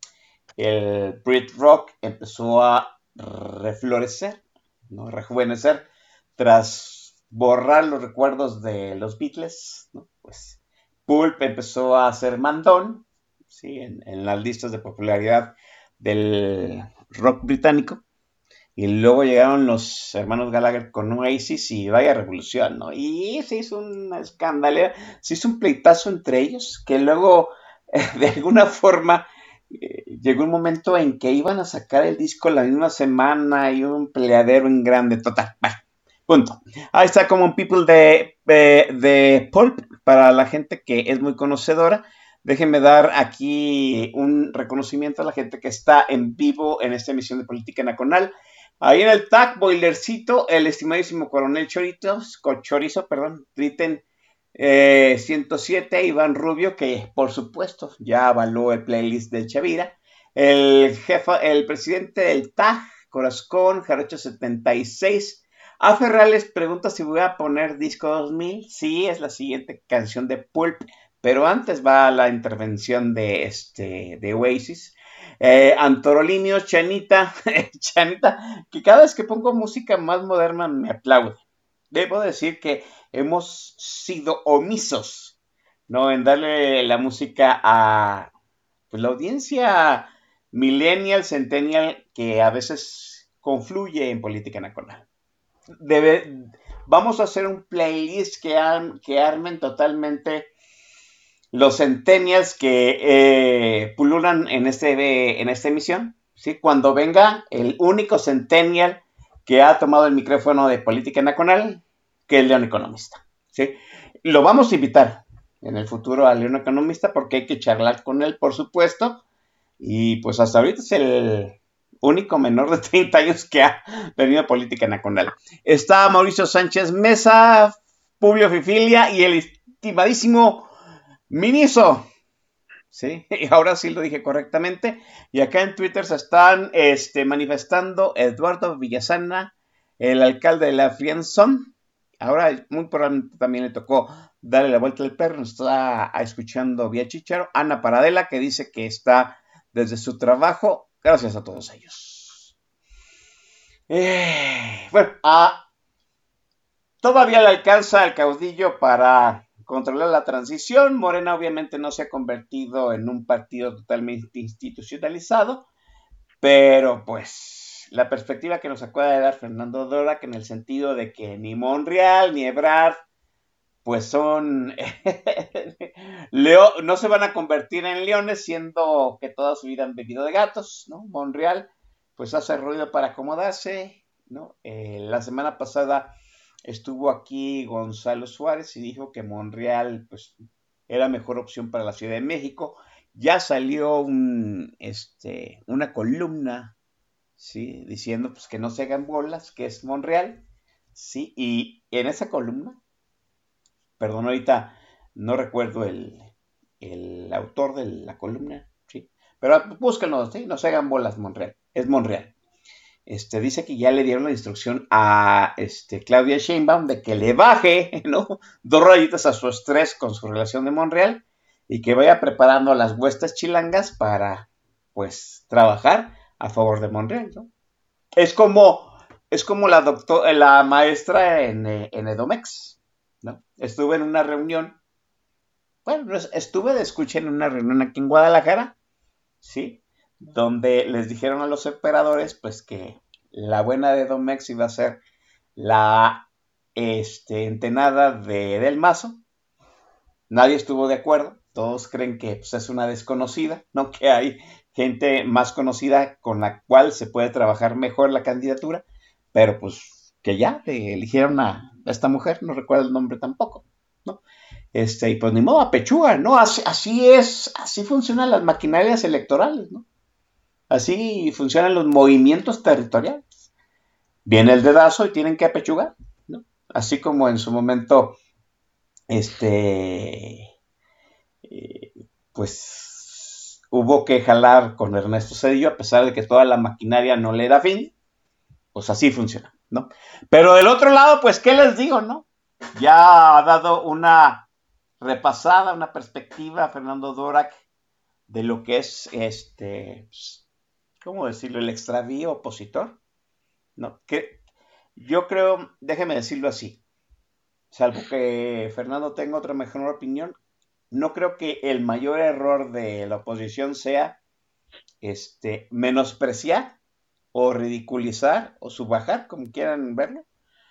el Brit Rock empezó a reflorecer, ¿no? Rejuvenecer, tras borrar los recuerdos de los Beatles, ¿no? Pues Pulp empezó a ser mandón, ¿sí? en, en las listas de popularidad del rock británico. Y luego llegaron los hermanos Gallagher con Oasis y vaya revolución, ¿no? Y se hizo una escándalo, se hizo un pleitazo entre ellos, que luego, eh, de alguna forma, eh, llegó un momento en que iban a sacar el disco la misma semana y un peleadero en grande, total. Bueno, punto. Ahí está Common People de, de, de Pulp, para la gente que es muy conocedora. Déjenme dar aquí un reconocimiento a la gente que está en vivo en esta emisión de Política Nacional. Ahí en el tag, Boilercito, el estimadísimo Coronel Chorizo, Chorizo, perdón, Triten eh, ciento siete, Iván Rubio, que por supuesto ya avaló el playlist del Chavira, el jefa, el presidente del tag, Corazcón, Jarocho setenta y seis, A Ferrales pregunta si voy a poner Disco dos mil, sí, es la siguiente canción de Pulp, pero antes va la intervención de, este, de Oasis. Eh, Antorolinio, Chanita, Chanita, que cada vez que pongo música más moderna me aplaude. Debo decir que hemos sido omisos, ¿no? En darle la música a pues, la audiencia millennial, centennial, que a veces confluye en Política Nacional. Debe, vamos a hacer un playlist que, arm, que armen totalmente los centennials que eh, pululan en, este, en esta emisión, ¿sí? Cuando venga el único centennial que ha tomado el micrófono de Política Nacional, que es León Economista, ¿sí? Lo vamos a invitar en el futuro a León Economista porque hay que charlar con él, por supuesto, y pues hasta ahorita es el único menor de treinta años que ha venido a política nacional. Está Mauricio Sánchez Meza, Publio Fifilia y el estimadísimo Miniso. Sí, y ahora sí lo dije correctamente. Y acá en Twitter se están este, manifestando Eduardo Villasana, el alcalde de la Friendzone. Ahora muy probablemente también le tocó darle la vuelta al perro. Nos está escuchando vía Chicharo. Ana Paradela, que dice que está desde su trabajo. Gracias a todos ellos. Eh, bueno, a, todavía le alcanza al caudillo para controlar la transición. Morena obviamente no se ha convertido en un partido totalmente institucionalizado, pero pues la perspectiva que nos acaba de dar Fernando Dora, que en el sentido de que ni Monreal ni Ebrard pues son Leo, no se van a convertir en leones, siendo que toda su vida han bebido de gatos, ¿no? Monreal pues hace ruido para acomodarse, ¿no? Eh, la semana pasada estuvo aquí Gonzalo Suárez y dijo que Monreal pues era mejor opción para la Ciudad de México. Ya salió un, este, una columna, ¿sí? Diciendo pues que no se hagan bolas, que es Monreal, ¿sí? Y en esa columna, perdón, ahorita no recuerdo el, el autor de la columna, ¿sí? Pero búsquenlo, ¿sí? No se hagan bolas, Monreal, es Monreal. Este, dice que ya le dieron la instrucción a este, Claudia Sheinbaum de que le baje, ¿no? Dos rayitas a su estrés con su relación de Monreal y que vaya preparando las huestes chilangas para, pues, trabajar a favor de Monreal, ¿no? Es como, es como la, doctor, la maestra en, en Edomex, ¿no? Estuve en una reunión, bueno, estuve de escucha en una reunión aquí en Guadalajara, ¿sí? Donde les dijeron a los operadores, pues, que la buena de Edomex iba a ser la este, entenada de Del Mazo. Nadie estuvo de acuerdo, todos creen que pues, es una desconocida, ¿no? Que hay gente más conocida con la cual se puede trabajar mejor la candidatura, pero pues que ya le eligieron a esta mujer, no recuerdo el nombre tampoco, ¿no? Este, y pues ni modo, a pechuga, ¿no? Así, así es, así funcionan las maquinarias electorales, ¿no? Así funcionan los movimientos territoriales. Viene el dedazo y tienen que apechugar, ¿no? Así como en su momento, este, eh, pues hubo que jalar con Ernesto Zedillo, a pesar de que toda la maquinaria no le da fin, pues así funciona, ¿no? Pero del otro lado, pues, ¿qué les digo, no? Ya ha dado una repasada, una perspectiva a Fernando Dora de lo que es, este, ¿cómo decirlo? El extravío opositor, ¿no? Que yo creo, déjeme decirlo así, salvo que Fernando tenga otra mejor opinión, no creo que el mayor error de la oposición sea este, menospreciar o ridiculizar o subajar, como quieran verlo,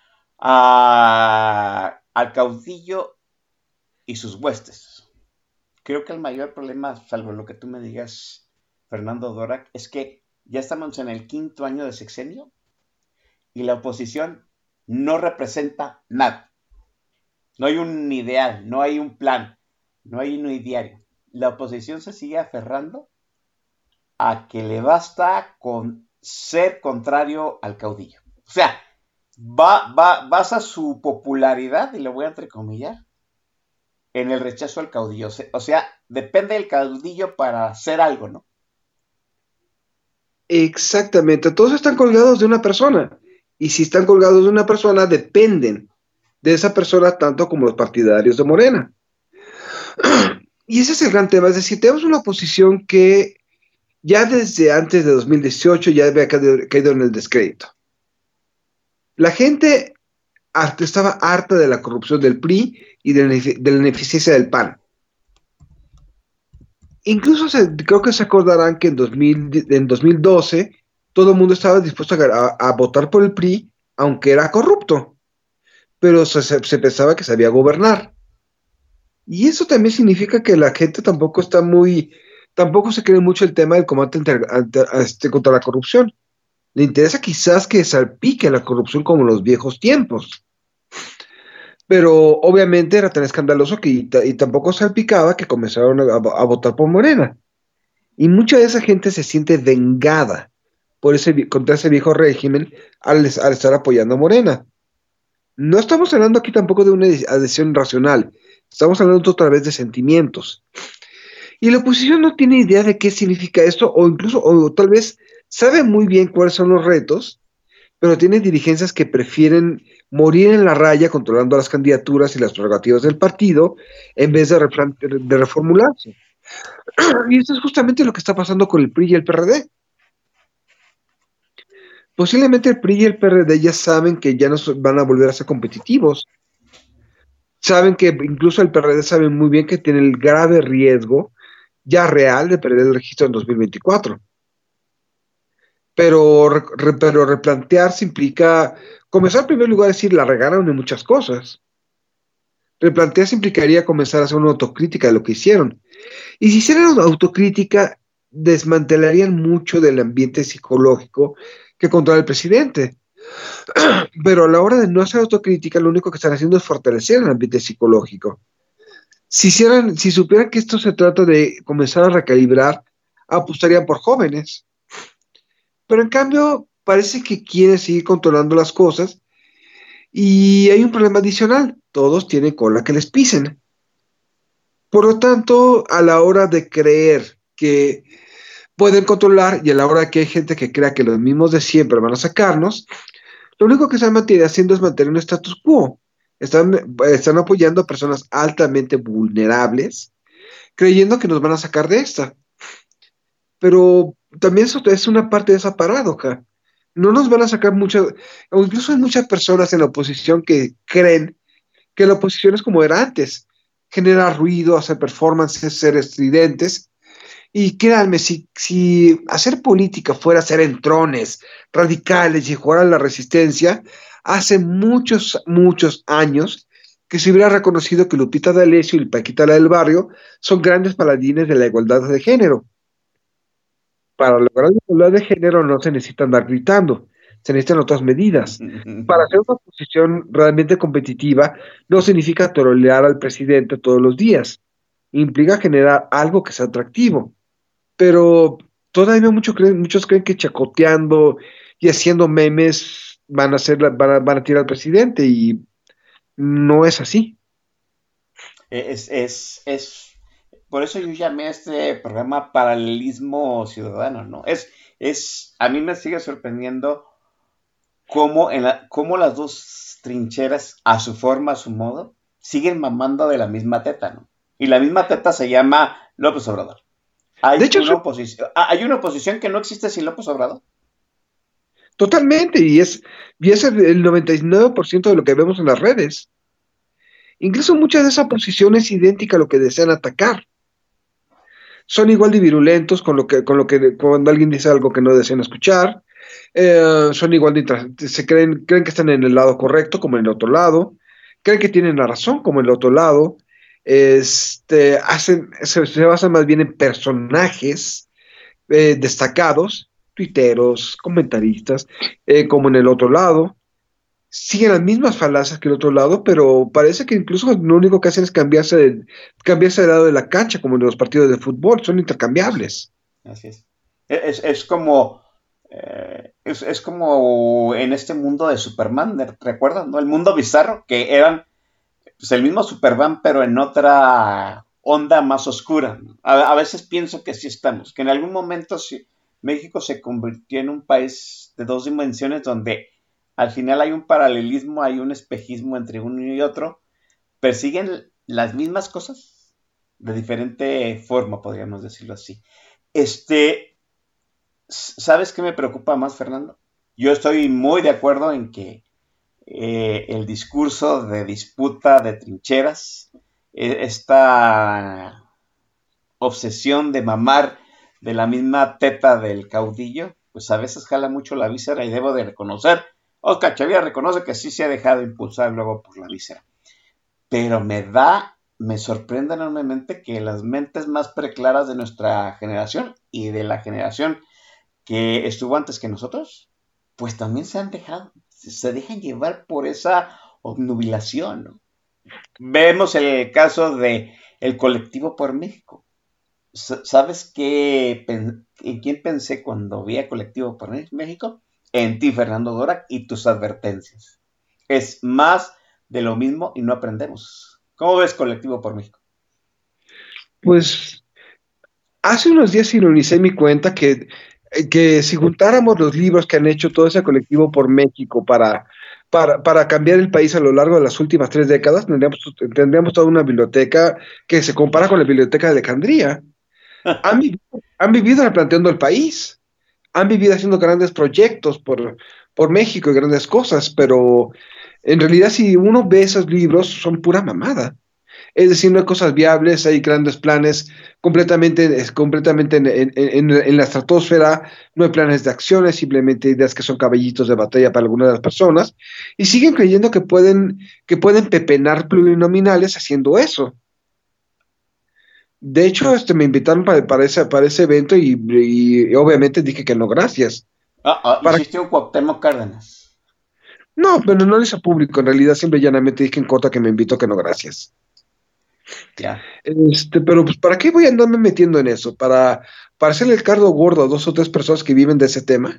a, al caudillo y sus huestes. Creo que el mayor problema, salvo lo que tú me digas, Fernando Dora, es que ya estamos en el quinto año de sexenio y la oposición no representa nada. No hay un ideal, no hay un plan, no hay un ideario. La oposición se sigue aferrando a que le basta con ser contrario al caudillo. O sea, va, va, basa su popularidad, y lo voy a entrecomillar, en el rechazo al caudillo. O sea, depende del caudillo para hacer algo, ¿no? Exactamente, todos están colgados de una persona, y si están colgados de una persona, dependen de esa persona tanto como los partidarios de Morena. Y ese es el gran tema, es decir, tenemos una oposición que ya desde antes de dos mil dieciocho ya había caído, caído en el descrédito. La gente harta, estaba harta de la corrupción del P R I y de la, de la ineficiencia del P A N. Incluso se, creo que se acordarán que en, dos mil, en dos mil doce todo el mundo estaba dispuesto a, a, a votar por el P R I, aunque era corrupto, pero se, se, se pensaba que sabía gobernar. Y eso también significa que la gente tampoco está muy, tampoco se cree mucho el tema del combate ante, ante, este, contra la corrupción. Le interesa quizás que salpique la corrupción como en los viejos tiempos. Pero obviamente era tan escandaloso que y, y tampoco salpicaba que comenzaron a, a votar por Morena. Y mucha de esa gente se siente vengada por ese, contra ese viejo régimen al, al estar apoyando a Morena. No estamos hablando aquí tampoco de una adhesión racional, estamos hablando otra vez de sentimientos. Y la oposición no tiene idea de qué significa esto, o incluso, o tal vez sabe muy bien cuáles son los retos, pero tiene dirigencias que prefieren morir en la raya controlando las candidaturas y las prerrogativas del partido en vez de, de reformularse. Y esto es justamente lo que está pasando con el P R I y el P R D. Posiblemente el P R I y el P R D ya saben que ya no van a volver a ser competitivos. Saben que incluso el P R D sabe muy bien que tiene el grave riesgo ya real de perder el registro en dos mil veinticuatro. Pero, re, pero replantearse implica comenzar en primer lugar a decir, la regaron en muchas cosas. Replantearse implicaría comenzar a hacer una autocrítica de lo que hicieron. Y si hicieran una autocrítica, desmantelarían mucho del ambiente psicológico que controla el presidente. Pero a la hora de no hacer autocrítica, lo único que están haciendo es fortalecer el ambiente psicológico. Si, hicieran, si supieran que esto se trata de comenzar a recalibrar, apostarían por jóvenes. Pero en cambio, parece que quieren seguir controlando las cosas y hay un problema adicional. Todos tienen cola que les pisen. Por lo tanto, a la hora de creer que pueden controlar y a la hora que hay gente que crea que los mismos de siempre van a sacarnos, lo único que están haciendo es mantener un status quo. Están, están apoyando a personas altamente vulnerables, creyendo que nos van a sacar de esta. Pero también eso es una parte de esa paradoja. No nos van a sacar muchas, o incluso hay muchas personas en la oposición que creen que la oposición es como era antes, generar ruido, hacer performances, ser estridentes. Y créanme, si, si hacer política fuera ser entrones, radicales y jugar a la resistencia, hace muchos, muchos años que se hubiera reconocido que Lupita D'Alessio y Paquita la del Barrio son grandes paladines de la igualdad de género. Para lograr la igualdad de género no se necesita andar gritando, se necesitan otras medidas. Para hacer una posición realmente competitiva no significa trolear al presidente todos los días, implica generar algo que sea atractivo. Pero todavía muchos creen, muchos creen que chacoteando y haciendo memes van a, hacer, van a, van a tirar al presidente y no es así. Es, es, es, por eso yo llamé a este programa Paralelismo Ciudadano, ¿no? Es, es, a mí me sigue sorprendiendo cómo, en la, cómo las dos trincheras, a su forma, a su modo, siguen mamando de la misma teta, ¿no? Y la misma teta se llama López Obrador. Hay, de hecho, una oposición, hay una oposición que no existe sin López Obrador. Totalmente, y es, y es el, el noventa y nueve por ciento de lo que vemos en las redes. Incluso mucha de esa oposición es idéntica a lo que desean atacar. Son igual de virulentos con lo que, con lo que cuando alguien dice algo que no desean escuchar. Eh, son igual de se creen, creen que están en el lado correcto como en el otro lado. Creen que tienen la razón como en el otro lado. Este, hacen, se, se basan más bien en personajes eh, destacados, tuiteros, comentaristas, eh, como en el otro lado. Siguen las mismas falacias que el otro lado, pero parece que incluso lo único que hacen es cambiarse de, cambiarse de lado de la cancha, como en los partidos de fútbol, son intercambiables. Así es. Es, es como eh, es, es como en este mundo de Superman, ¿recuerdan? ¿No? El mundo bizarro, que eran pues el mismo Superman, pero en otra onda más oscura. A, a veces pienso que sí estamos, que en algún momento sí, México se convirtió en un país de dos dimensiones donde al final hay un paralelismo, hay un espejismo entre uno y otro, persiguen las mismas cosas de diferente forma, podríamos decirlo así. Este, ¿sabes qué me preocupa más, Fernando? Yo estoy muy de acuerdo en que Eh, el discurso de disputa de trincheras, eh, esta obsesión de mamar de la misma teta del caudillo, pues a veces jala mucho la víscera y debo de reconocer, Oscar Chavira reconoce que sí se ha dejado impulsar luego por la víscera, pero me da, me sorprende enormemente que las mentes más preclaras de nuestra generación y de la generación que estuvo antes que nosotros, pues también se han dejado se dejan llevar por esa obnubilación, ¿no? Vemos el caso de el colectivo por México. ¿Sabes qué? ¿En quién pensé cuando vi a Colectivo por México? En ti, Fernando Dora, y tus advertencias. Es más de lo mismo y no aprendemos. ¿Cómo ves Colectivo por México? Pues hace unos días ironicé mi cuenta que, que si juntáramos los libros que han hecho todo ese Colectivo por México para, para, para cambiar el país a lo largo de las últimas tres décadas, tendríamos, tendríamos toda una biblioteca que se compara con la biblioteca de Alejandría. Han vivido, han vivido replanteando el país, han vivido haciendo grandes proyectos por, por México y grandes cosas, pero en realidad si uno ve esos libros son pura mamada. Es decir, no hay cosas viables, hay grandes planes completamente, es, completamente en, en, en, en la estratosfera, no hay planes de acciones, simplemente ideas que son caballitos de batalla para algunas de las personas, y siguen creyendo que pueden, que pueden pepenar plurinominales haciendo eso. De hecho, este, me invitaron para, para, ese, para ese evento y, y, y obviamente dije que no, gracias. Ah, ah, Para... hiciste un Cuauhtémoc Cárdenas. No, pero no lo hice público, en realidad simple y llanamente dije en corta que me invitó que no, gracias. Ya. Este, pero pues, ¿para qué voy a andarme metiendo en eso? ¿Para, para hacerle el cardo gordo a dos o tres personas que viven de ese tema?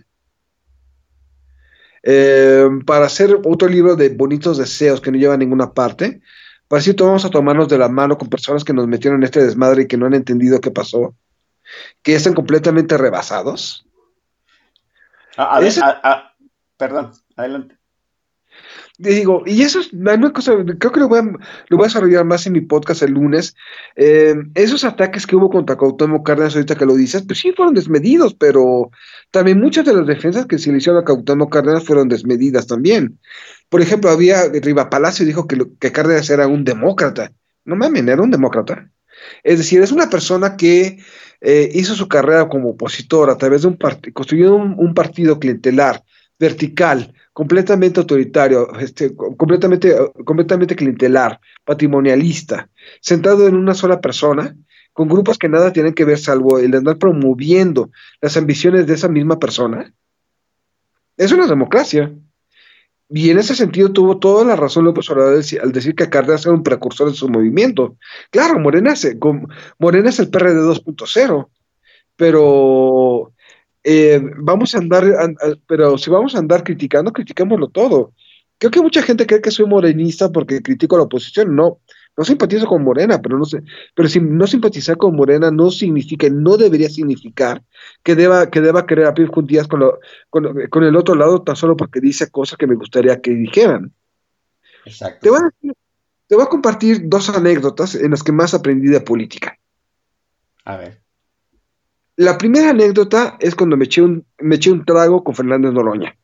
Eh, ¿Para hacer otro libro de bonitos deseos que no lleva a ninguna parte? ¿Para decir, vamos a tomarnos de la mano con personas que nos metieron en este desmadre y que no han entendido qué pasó? ¿Que ya están completamente rebasados? Ah, a ver, Ese... ah, ah, perdón, adelante. Digo, y eso es una cosa, creo que lo voy a, lo voy a desarrollar más en mi podcast el lunes. Eh, esos ataques que hubo contra Cuauhtémoc Cárdenas, ahorita que lo dices, pues sí fueron desmedidos, pero también muchas de las defensas que se le hicieron a Cuauhtémoc Cárdenas fueron desmedidas también. Por ejemplo, había, Riva Palacio dijo que, lo, que Cárdenas era un demócrata. No mames, era un demócrata. Es decir, es una persona que eh, hizo su carrera como opositor a través de un partido, construyó un, un partido clientelar, vertical, completamente autoritario, este, completamente, completamente clientelar, patrimonialista, centrado en una sola persona, con grupos que nada tienen que ver salvo el andar promoviendo las ambiciones de esa misma persona. Es una democracia. Y en ese sentido tuvo toda la razón López Obrador al decir que Cárdenas era un precursor de su movimiento. Claro, Morena es, Morena es el P R D dos punto cero, pero... Eh, vamos a andar, a, a, pero si vamos a andar criticando, criticámoslo todo. Creo que mucha gente cree que soy morenista porque critico a la oposición. No, no simpatizo con Morena, pero no sé, pero si no simpatizar con Morena no significa, no debería significar que deba, que deba querer a Pío Díaz con, lo, con, con el otro lado tan solo porque dice cosas que me gustaría que dijeran. Exacto. Te voy a, te voy a compartir dos anécdotas en las que más aprendí de política. A ver. La primera anécdota es cuando me eché un, me eché un trago con Fernández Noroña.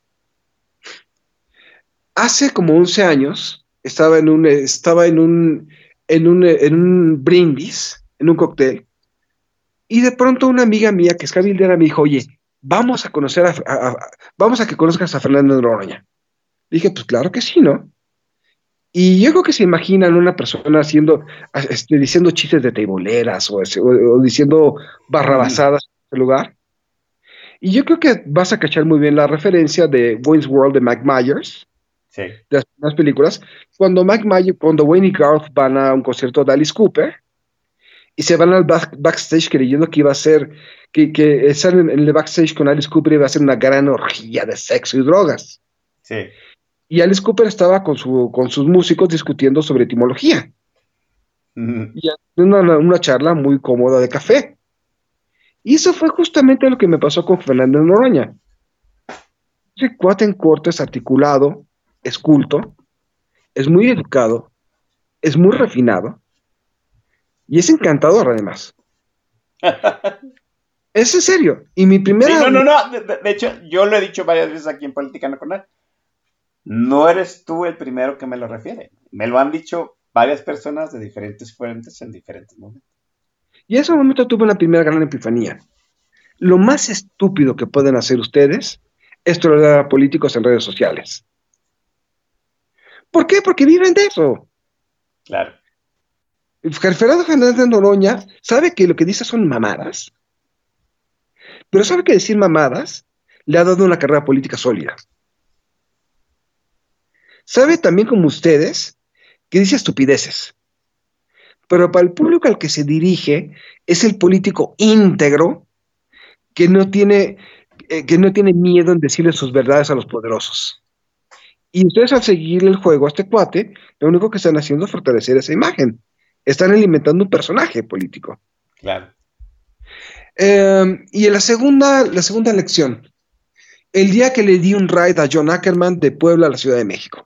Hace como once años estaba en un, estaba en un, en un, en un brindis, en un cóctel, y de pronto una amiga mía que es cabildera me dijo, oye, vamos a conocer a, a, a vamos a que conozcas a Fernández Noroña. Dije, pues claro que sí, ¿no? Y yo creo que se imaginan una persona haciendo, este, diciendo chistes de teiboleras o, o, o diciendo barrabasadas en ese lugar. Y yo creo que vas a cachar muy bien la referencia de Wayne's World de Mike Myers, sí, de las primeras películas, cuando Mike Myers, cuando Wayne y Garth van a un concierto de Alice Cooper y se van al back, backstage creyendo que iba a ser, que, que estar en, en el backstage con Alice Cooper iba a ser una gran orgía de sexo y drogas. Sí. Y Alice Cooper estaba con, su, con sus músicos discutiendo sobre etimología. Uh-huh. Y una, una charla muy cómoda de café. Y eso fue justamente lo que me pasó con Fernández Noroña. Ese cuate en corto es articulado, es culto, es muy educado, es muy refinado y es encantador además. Es en serio. Y mi primera... Sí, no, no, no. De, de hecho, yo lo he dicho varias veces aquí en Política Nacional. No eres tú el primero que me lo refiere. Me lo han dicho varias personas de diferentes fuentes en diferentes momentos. Y en ese momento tuve una primera gran epifanía. Lo más estúpido que pueden hacer ustedes es tolerar a políticos en redes sociales. ¿Por qué? Porque viven de eso. Claro. Fernando Fernández Noroña sabe que lo que dice son mamadas, pero sabe que decir mamadas le ha dado una carrera política sólida. Sabe también como ustedes que dice estupideces, pero para el público al que se dirige es el político íntegro que no tiene, eh, que no tiene miedo en decirle sus verdades a los poderosos. Y ustedes al seguir el juego a este cuate, lo único que están haciendo es fortalecer esa imagen. Están alimentando un personaje político. Claro. Eh, y en la segunda, la segunda lección, el día que le di un ride a John Ackerman de Puebla a la Ciudad de México.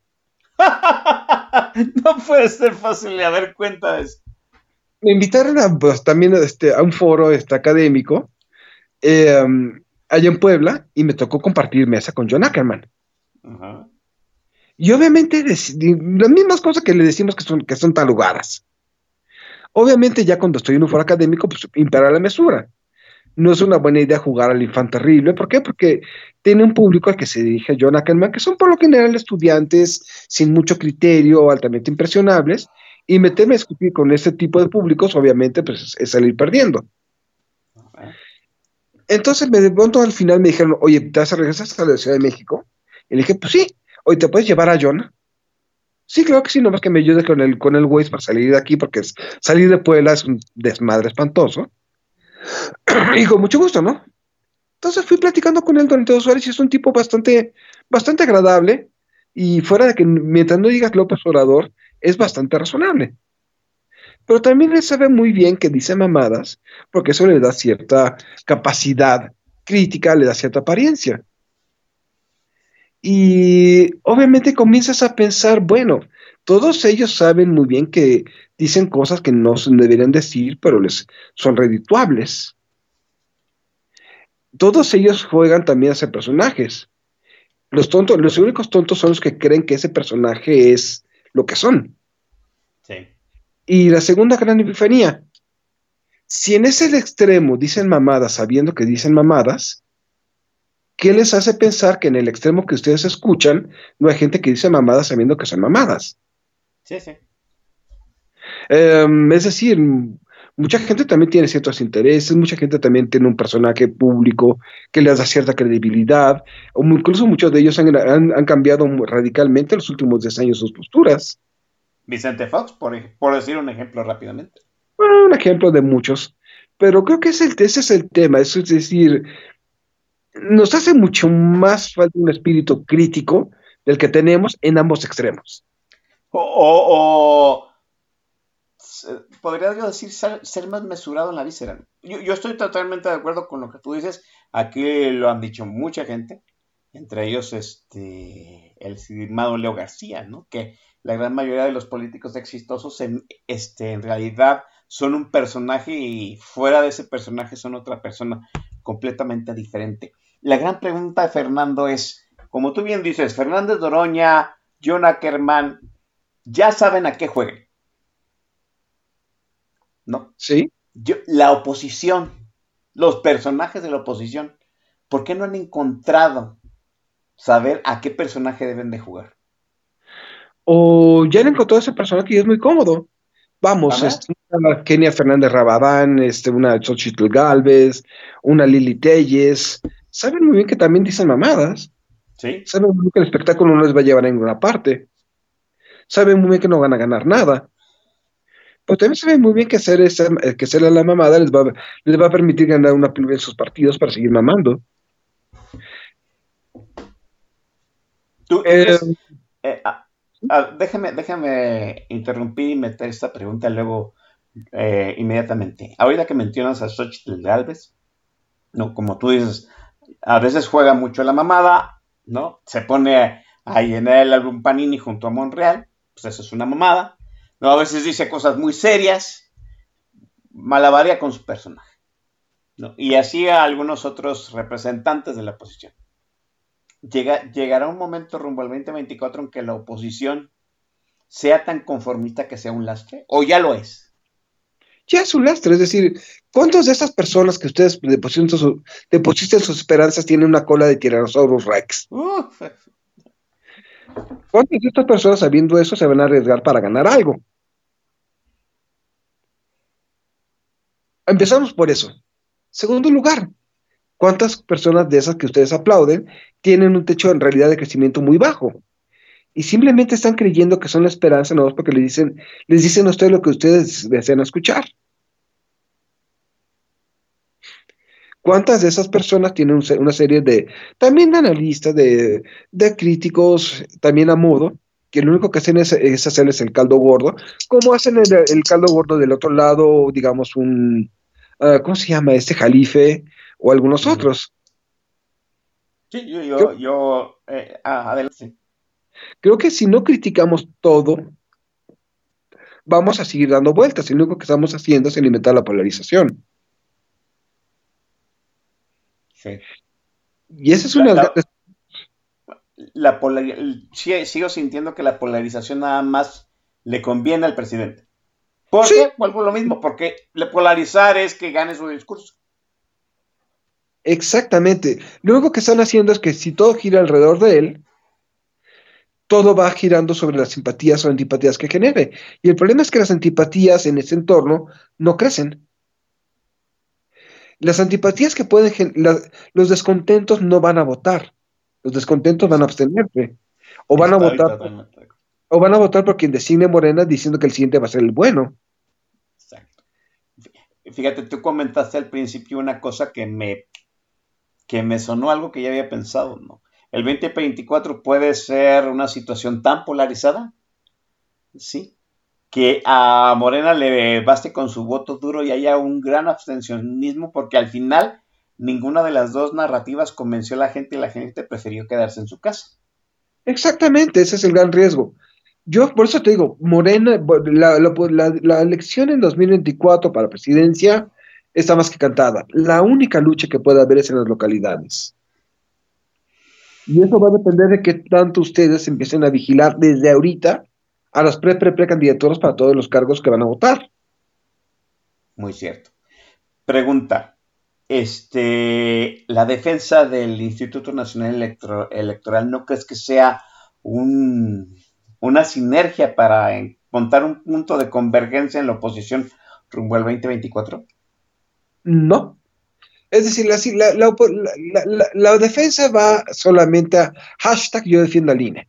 No puede ser fácil de haber cuenta de eso. Me invitaron a, pues, también este, a un foro este, académico eh, um, allá en Puebla y me tocó compartir mesa con John Ackerman. Uh-huh. Y obviamente las mismas cosas que le decimos que son, que son talugadas. Obviamente ya cuando estoy en un foro académico, pues impera la mesura. No es una buena idea jugar al infante terrible. ¿Por qué? Porque tiene un público al que se dirige John Ackerman, que son por lo general estudiantes sin mucho criterio, altamente impresionables, y meterme a discutir con este tipo de públicos, obviamente, pues es, es salir perdiendo. Entonces, me de pronto al final me dijeron, oye, ¿te vas a regresar a la Ciudad de México? Y le dije, pues sí. Oye, ¿te puedes llevar a John? Sí, claro que sí, nomás que me ayude con el, con el Waze para salir de aquí, porque es, salir de Puebla es un desmadre espantoso. Y con mucho gusto, ¿no? Entonces fui platicando con él durante dos horas y es un tipo bastante, bastante agradable, y fuera de que mientras no digas López Obrador, es bastante razonable. Pero también él sabe muy bien que dice mamadas, porque eso le da cierta capacidad crítica, le da cierta apariencia. Y obviamente comienzas a pensar, bueno, todos ellos saben muy bien que dicen cosas que no se deberían decir, pero les son redituables. Todos ellos juegan también a ser personajes. Los tontos, los únicos tontos son los que creen que ese personaje es lo que son. Sí. Y la segunda gran epifanía, si en ese extremo dicen mamadas sabiendo que dicen mamadas, ¿qué les hace pensar que en el extremo que ustedes escuchan no hay gente que dice mamadas sabiendo que son mamadas? Sí, sí. Eh, es decir, mucha gente también tiene ciertos intereses, mucha gente también tiene un personaje público que les da cierta credibilidad, o incluso muchos de ellos han, han, han cambiado radicalmente en los últimos diez años sus posturas. Vicente Fox, por, por decir un ejemplo rápidamente. Bueno, un ejemplo de muchos, pero creo que es el, ese es el tema, eso es decir, nos hace mucho más falta un espíritu crítico del que tenemos en ambos extremos. O, o, o podría yo decir ser, ser más mesurado en la víscera. Yo, yo estoy totalmente de acuerdo con lo que tú dices. Aquí lo han dicho mucha gente, entre ellos este el estimado Leo García, ¿no? Que la gran mayoría de los políticos exitosos en, este, en realidad son un personaje y fuera de ese personaje son otra persona completamente diferente. La gran pregunta de Fernando es, como tú bien dices, Fernández Noroña, John Ackerman, ya saben a qué jueguen, ¿no? Sí. Yo, la oposición, los personajes de la oposición, ¿por qué no han encontrado saber a qué personaje deben de jugar? O ya han encontrado ese personaje y es muy cómodo. Vamos, este, una Kenia Fernández Rabadán, este, una Xochitl Gálvez, una Lili Telles, saben muy bien que también dicen mamadas. ¿Sí? Saben muy bien que el espectáculo no les va a llevar a ninguna parte. Saben muy bien que no van a ganar nada. Pero también saben muy bien que hacer esa, que hacerle a la mamada les va, les va a permitir ganar una pluma en sus partidos para seguir mamando. ¿Tú, eh, tú eh, ah, ah, déjame, déjame interrumpir y meter esta pregunta luego eh, inmediatamente. Ahorita que mencionas a Xochitl Gálvez, no, como tú dices, a veces juega mucho la mamada, ¿no? Se pone a llenar el álbum Panini junto a Monreal, pues eso es una mamada. No, a veces dice cosas muy serias, malabaria con su personaje, ¿no? Y así a algunos otros representantes de la oposición. Llega, llegará un momento rumbo al veinte veinticuatro en que la oposición sea tan conformista que sea un lastre, o ya lo es. Ya es un lastre, es decir, ¿cuántas de esas personas que ustedes depositan, su, depositan sus esperanzas tienen una cola de Tyrannosaurus Rex? Uf. ¿Cuántas de estas personas sabiendo eso se van a arriesgar para ganar algo? Empezamos por eso. Segundo lugar, ¿cuántas personas de esas que ustedes aplauden tienen un techo en realidad de crecimiento muy bajo? y simplemente están creyendo que son la esperanza, no porque les dicen, les dicen a ustedes lo que ustedes desean escuchar. ¿Cuántas de esas personas tienen un, una serie de, también de analistas, de, de críticos, también a modo, que lo único que hacen es, es hacerles el caldo gordo, como hacen el, el caldo gordo del otro lado, digamos, un, uh, ¿cómo se llama? Este Jalife o algunos otros. Sí, yo, yo, yo eh, ah, adelante. Creo que si no criticamos todo, vamos a seguir dando vueltas, y lo único que estamos haciendo es alimentar la polarización. Sí. Y esa es una... La, la, la polar, sí, sigo sintiendo que la polarización nada más le conviene al presidente. ¿Por qué? Vuelvo a lo mismo, porque le polarizar es que gane su discurso. Exactamente. Lo único que están haciendo es que si todo gira alrededor de él, todo va girando sobre las simpatías o antipatías que genere. Y el problema es que las antipatías en ese entorno no crecen. Las antipatías que pueden, la, los descontentos no van a votar. Los descontentos van a abstenerse. O van Estoy a votar por, o van a votar por quien designe Morena diciendo que el siguiente va a ser el bueno. Exacto. Fíjate, tú comentaste al principio una cosa que me, que me sonó algo que ya había pensado, ¿no? El veinte veinticuatro puede ser una situación tan polarizada, ¿sí? Que a Morena le baste con su voto duro y haya un gran abstencionismo, porque al final ninguna de las dos narrativas convenció a la gente y la gente prefirió quedarse en su casa. Exactamente, ese es el gran riesgo. Yo por eso te digo, Morena, la, la, la, la elección en dos mil veinticuatro para presidencia está más que cantada. La única lucha que puede haber es en las localidades. Y eso va a depender de que tanto ustedes empiecen a vigilar desde ahorita a las pre-pre-pre-candidaturas para todos los cargos que van a votar. Muy cierto. Pregunta, este, la defensa del Instituto Nacional Electro, Electoral, ¿no crees que sea un, una sinergia para montar un punto de convergencia en la oposición rumbo al veinte veinticuatro? No. Es decir, la, la, la, la, la defensa va solamente a hashtag yo defiendo al I N E.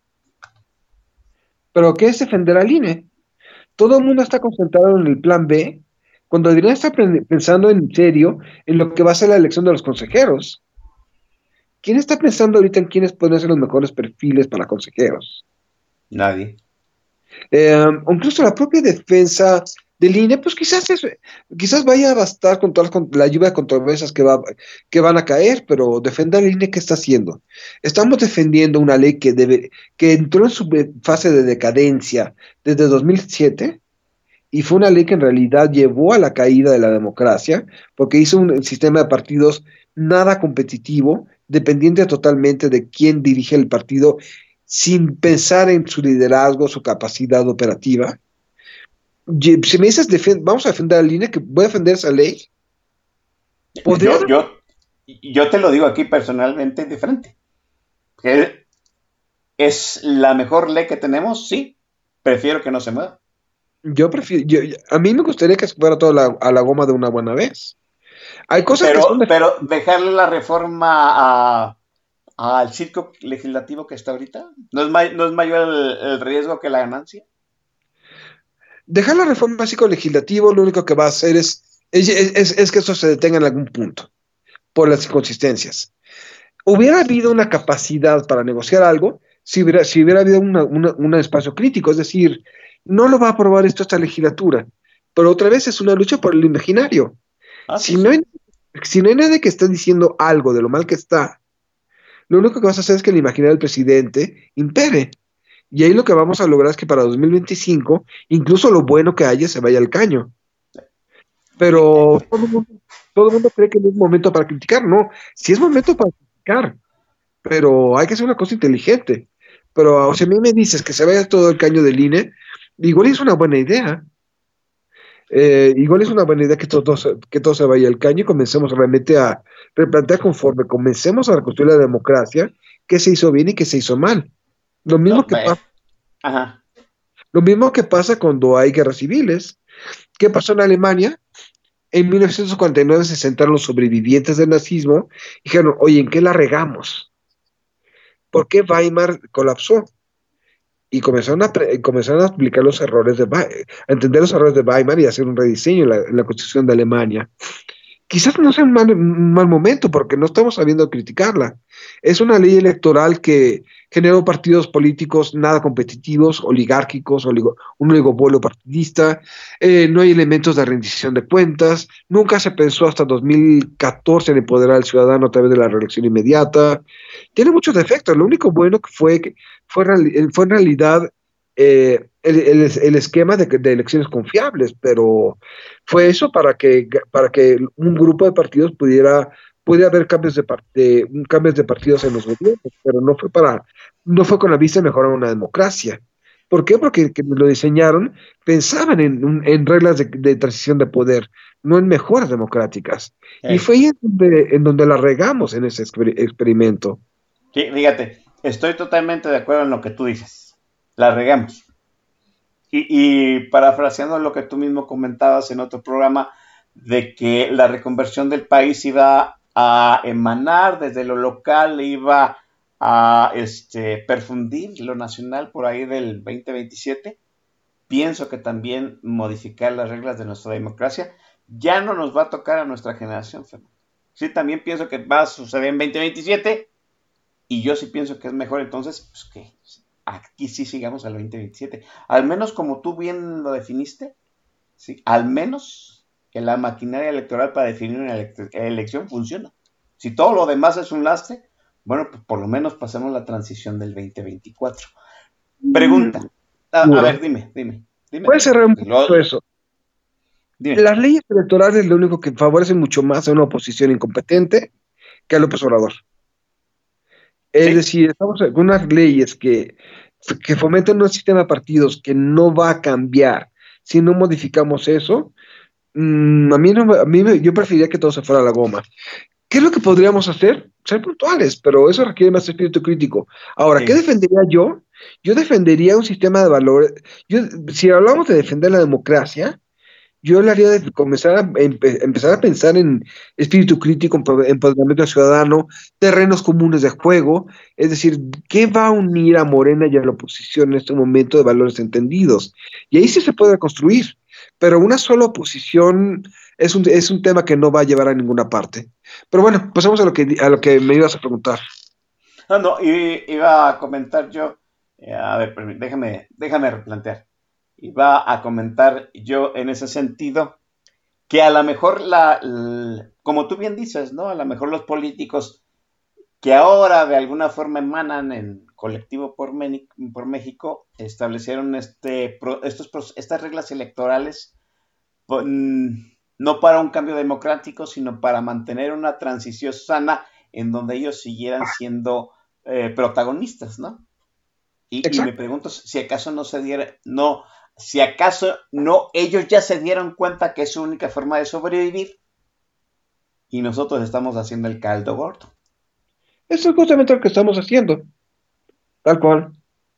¿Pero qué es defender al I N E? Todo el mundo está concentrado en el plan B, cuando deberían estar pensando en serio en lo que va a ser la elección de los consejeros. ¿Quién está pensando ahorita en quiénes pueden ser los mejores perfiles para consejeros? Nadie. Eh, incluso la propia defensa del I N E, pues quizás es, quizás vaya a bastar con toda la lluvia de controversias que, va, que van a caer, pero defender al I N E, ¿qué está haciendo? Estamos defendiendo una ley que, debe, que entró en su fase de decadencia desde dos mil siete, y fue una ley que en realidad llevó a la caída de la democracia, porque hizo un sistema de partidos nada competitivo, dependiente totalmente de quién dirige el partido, sin pensar en su liderazgo, su capacidad operativa. Si me dices, vamos a defender al I N E, que voy a defender esa ley. Yo, yo, yo te lo digo aquí personalmente de frente. Que ¿es la mejor ley que tenemos? Sí. Prefiero que no se mueva. Yo prefiero, yo, a mí me gustaría que se fuera todo la, a la goma de una buena vez. Hay cosas pero, que son de... pero dejarle la reforma al circo legislativo que está ahorita, ¿no es, may, no es mayor el, el riesgo que la ganancia? Dejar la reforma psicolegislativo lo único que va a hacer es, es, es, es que eso se detenga en algún punto, por las inconsistencias. Hubiera habido una capacidad para negociar algo si hubiera, si hubiera habido una, una, un espacio crítico, es decir, no lo va a aprobar esto esta legislatura, pero otra vez es una lucha por el imaginario. Ah, si, sí. no hay, si no hay nadie que esté diciendo algo de lo mal que está, lo único que vas a hacer es que el imaginario del presidente impere. Y ahí lo que vamos a lograr es que para dos mil veinticinco, incluso lo bueno que haya se vaya al caño. Pero todo el mundo, todo el mundo cree que no es momento para criticar. No, sí es momento para criticar, pero hay que hacer una cosa inteligente. Pero o sea, a mí me dices que se vaya todo el caño del I N E, igual es una buena idea. Eh, igual es una buena idea que todo, que todo se vaya al caño y comencemos realmente a replantear conforme comencemos a reconstruir la democracia, qué se hizo bien y qué se hizo mal. Lo mismo, no, que pasa, Ajá. lo mismo que pasa cuando hay guerras civiles. ¿Qué pasó en Alemania? En mil novecientos cuarenta y nueve se sentaron los sobrevivientes del nazismo y dijeron, oye, ¿en qué la regamos? ¿Por qué Weimar colapsó? y comenzaron a, pre- comenzaron a aplicar los errores de Weimar, a entender los errores de Weimar y hacer un rediseño en la, en la Constitución de Alemania. Quizás no sea un mal, un mal momento porque no estamos sabiendo criticarla. Es una ley electoral que generó partidos políticos nada competitivos, oligárquicos, oligo, un oligopolio partidista, eh, no hay elementos de rendición de cuentas, nunca se pensó hasta dos mil catorce en empoderar al ciudadano a través de la reelección inmediata. Tiene muchos defectos, lo único bueno que fue que fue, fue en realidad eh, el, el, el esquema de, de elecciones confiables, pero fue eso para que, para que un grupo de partidos pudiera, pudiera haber cambios de, de, cambios de partidos en los gobiernos, pero no fue para, no fue con la vista de mejorar una democracia. ¿Por qué? Porque que lo diseñaron, pensaban en, en reglas de, de transición de poder, no en mejoras democráticas. Sí. Y fue ahí en donde, en donde la regamos en ese exper experimento. Sí, fíjate, estoy totalmente de acuerdo en lo que tú dices. La regamos. Y, y parafraseando lo que tú mismo comentabas en otro programa, de que la reconversión del país iba a emanar desde lo local, iba a este, perfundir lo nacional por ahí del veinte veintisiete, pienso que también modificar las reglas de nuestra democracia ya no nos va a tocar a nuestra generación, Fernando. Sí, también pienso que va a suceder en veinte veintisiete, y yo sí pienso que es mejor entonces pues, que aquí sí sigamos al veinte veintisiete. Al menos como tú bien lo definiste, ¿sí? Al menos que la maquinaria electoral para definir una ele elección funciona. Si todo lo demás es un lastre, bueno, pues por lo menos pasemos la transición del veinte veinticuatro. Pregunta. A, a ver, dime, dime. dime Puede cerrar un poco eso. Dime. Las leyes electorales lo único que favorecen mucho más a una oposición incompetente que a López Obrador. Es ¿Sí? decir, estamos con unas leyes que, que fomentan un sistema de partidos que no va a cambiar si no modificamos eso. Mmm, a mí, no, a mí yo preferiría que todo se fuera a la goma. ¿Qué es lo que podríamos hacer? Ser puntuales, pero eso requiere más espíritu crítico. Ahora, sí. ¿Qué defendería yo? Yo defendería un sistema de valores. Yo, si hablamos de defender la democracia, yo hablaría de comenzar a, empe, empezar a pensar en espíritu crítico, empoderamiento ciudadano, terrenos comunes de juego, es decir, ¿qué va a unir a Morena y a la oposición en este momento de valores entendidos? Y ahí sí se puede construir, pero una sola oposición es un, es un tema que no va a llevar a ninguna parte. Pero bueno, pasamos a lo que, a lo que me ibas a preguntar. No, no, iba a comentar yo, a ver, déjame, déjame replantear. Iba a comentar yo en ese sentido que a lo mejor, la, la, como tú bien dices, ¿no? A lo mejor los políticos que ahora de alguna forma emanan en Colectivo por, Meni, por México establecieron este, estos, estas reglas electorales no para un cambio democrático, sino para mantener una transición sana en donde ellos siguieran siendo eh, protagonistas, ¿no? Y, y me pregunto si acaso no se diera, no... si acaso no, ellos ya se dieron cuenta que es su única forma de sobrevivir y nosotros estamos haciendo el caldo gordo. Eso es justamente lo que estamos haciendo, tal cual.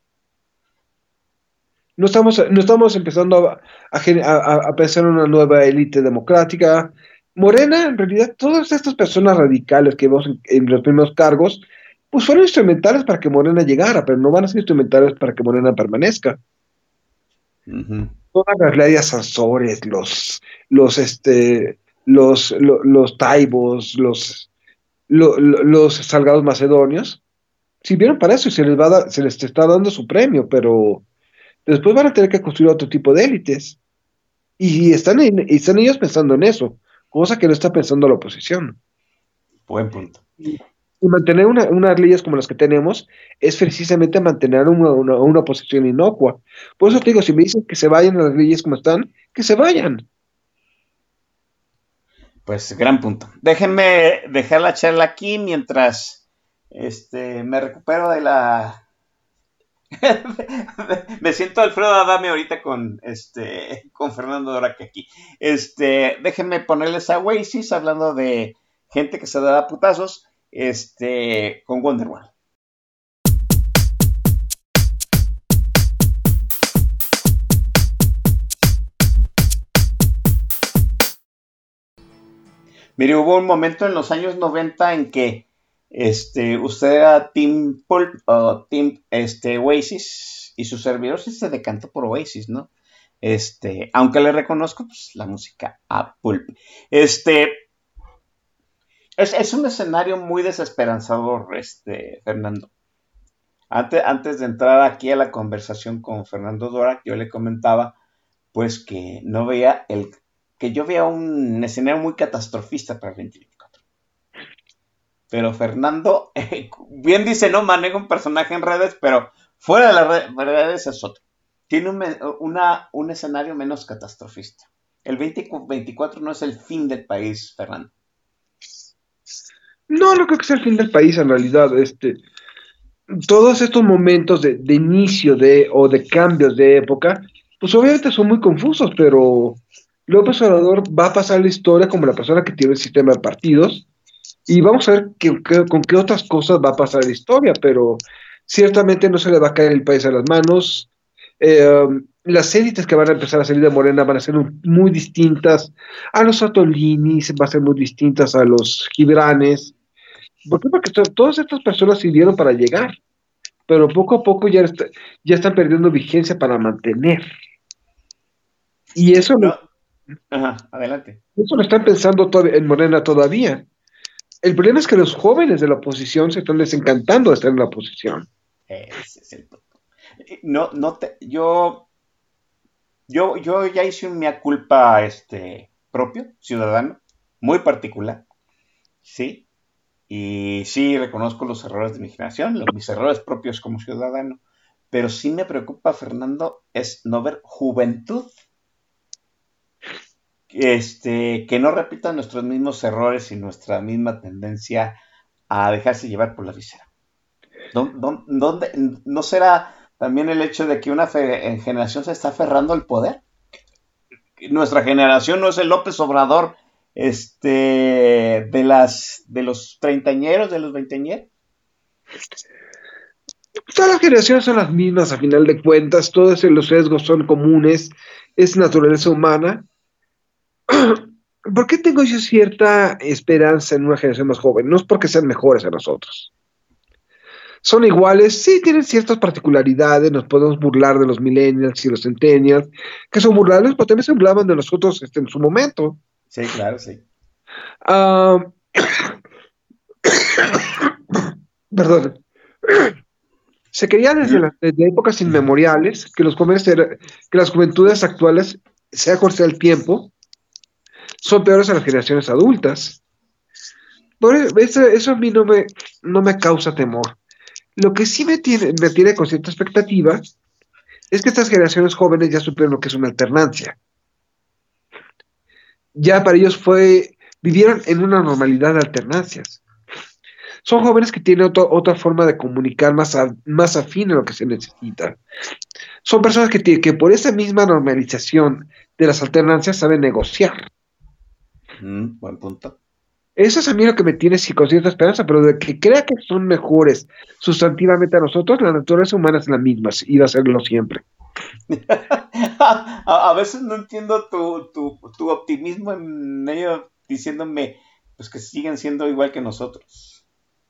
No estamos, no estamos empezando a, a, a, a pensar en una nueva élite democrática. Morena, en realidad, todas estas personas radicales que vemos en, en los primeros cargos, pues fueron instrumentales para que Morena llegara, pero no van a ser instrumentales para que Morena permanezca. Uh-huh. Todas las leyes Azores, los, los, este, los, los, los taibos, los, los, los salgados macedonios, sirvieron para eso y se les va a dar, se les está dando su premio, pero después van a tener que construir otro tipo de élites. Y están, en, y están ellos pensando en eso, cosa que no está pensando la oposición. Buen punto. Y, y mantener una, unas leyes como las que tenemos es precisamente mantener una, una, una oposición inocua. Por eso te digo, si me dicen que se vayan a las leyes como están, que se vayan. Pues gran punto. Déjenme dejar la charla aquí mientras este, me recupero de la... me siento Alfredo Adame ahorita con este con Fernando Doraque aquí. Este, déjenme ponerles a Oasis hablando de gente que se da putazos, este, con Wonderwall. Mire, hubo un momento en los años noventa en que Este, ¿usted era Team Pulp o Team este, Oasis? Y su servidor sí se decantó por Oasis, ¿no? Este, aunque le reconozco pues, la música a Pulp. Este, es, es un escenario muy desesperanzador, este, Fernando. Antes, antes de entrar aquí a la conversación con Fernando Dora, yo le comentaba, pues, que no veía el, que yo veía un escenario muy catastrofista para el veinte veinticuatro. Pero Fernando, eh, bien dice, no maneja un personaje en redes, pero fuera de las redes es otro. Tiene un, una, un escenario menos catastrofista. El veinte veinticuatro no es el fin del país, Fernando. No, no creo que sea el fin del país en realidad. Este, todos estos momentos de, de inicio de, o de cambios de época, pues obviamente son muy confusos, pero López Obrador va a pasar la historia como la persona que tiene el sistema de partidos, y vamos a ver que, que, con qué otras cosas va a pasar la historia, pero ciertamente no se le va a caer el país a las manos. Eh, las élites que van a empezar a salir de Morena van a ser muy distintas a los Atolinis, van a ser muy distintas a los Gibranes. ¿Por qué? Porque to- todas estas personas sirvieron para llegar, pero poco a poco ya, está- ya están perdiendo vigencia para mantener. Y eso, lo- No. Ajá, adelante. eso lo están pensando todavía en Morena todavía. El problema es que los jóvenes de la oposición se están desencantando de estar en la oposición. Ese es el punto. No, no te, yo, yo, yo ya hice un mea culpa, este, propio, ciudadano, muy particular, ¿sí? Y sí reconozco los errores de mi generación, los, mis errores propios como ciudadano, pero sí me preocupa, Fernando, es no ver juventud, este, que no repita nuestros mismos errores y nuestra misma tendencia a dejarse llevar por la visera. ¿Dó- dó- ¿Dónde, no será también el hecho de que una fe- generación se está aferrando al poder? Nuestra generación no es el López Obrador, este, de las, de los treintañeros, de los veinteañeros. Todas las generaciones son las mismas a final de cuentas, todos los sesgos son comunes, es naturaleza humana. ¿Por qué tengo yo cierta esperanza en una generación más joven? No es porque sean mejores a nosotros. Son iguales, sí, tienen ciertas particularidades, nos podemos burlar de los millennials y los centennials, que son burlables, pero también se burlaban de nosotros este, en su momento. Sí, claro, sí. Ah, perdón. Se creía desde, la- desde épocas inmemoriales que los jóvenes era- que las juventudes actuales, sea cual sea el tiempo, son peores a las generaciones adultas. Por e- eso, eso a mí no me, no me causa temor. Lo que sí me tiene, me tiene con cierta expectativa es que estas generaciones jóvenes ya supieron lo que es una alternancia. Ya para ellos fue, vivieron en una normalidad de alternancias. Son jóvenes que tienen otro- otra forma de comunicar más, a- más afín a lo que se necesita. Son personas que, tie- que por esa misma normalización de las alternancias saben negociar. Mm, buen punto. Eso es a mí lo que me tiene sí, con cierta esperanza, pero de que crea que son mejores sustantivamente a nosotros, la naturaleza humana es la misma y va a serlo siempre. a, a veces no entiendo tu, tu, tu optimismo en ello diciéndome pues que siguen siendo igual que nosotros.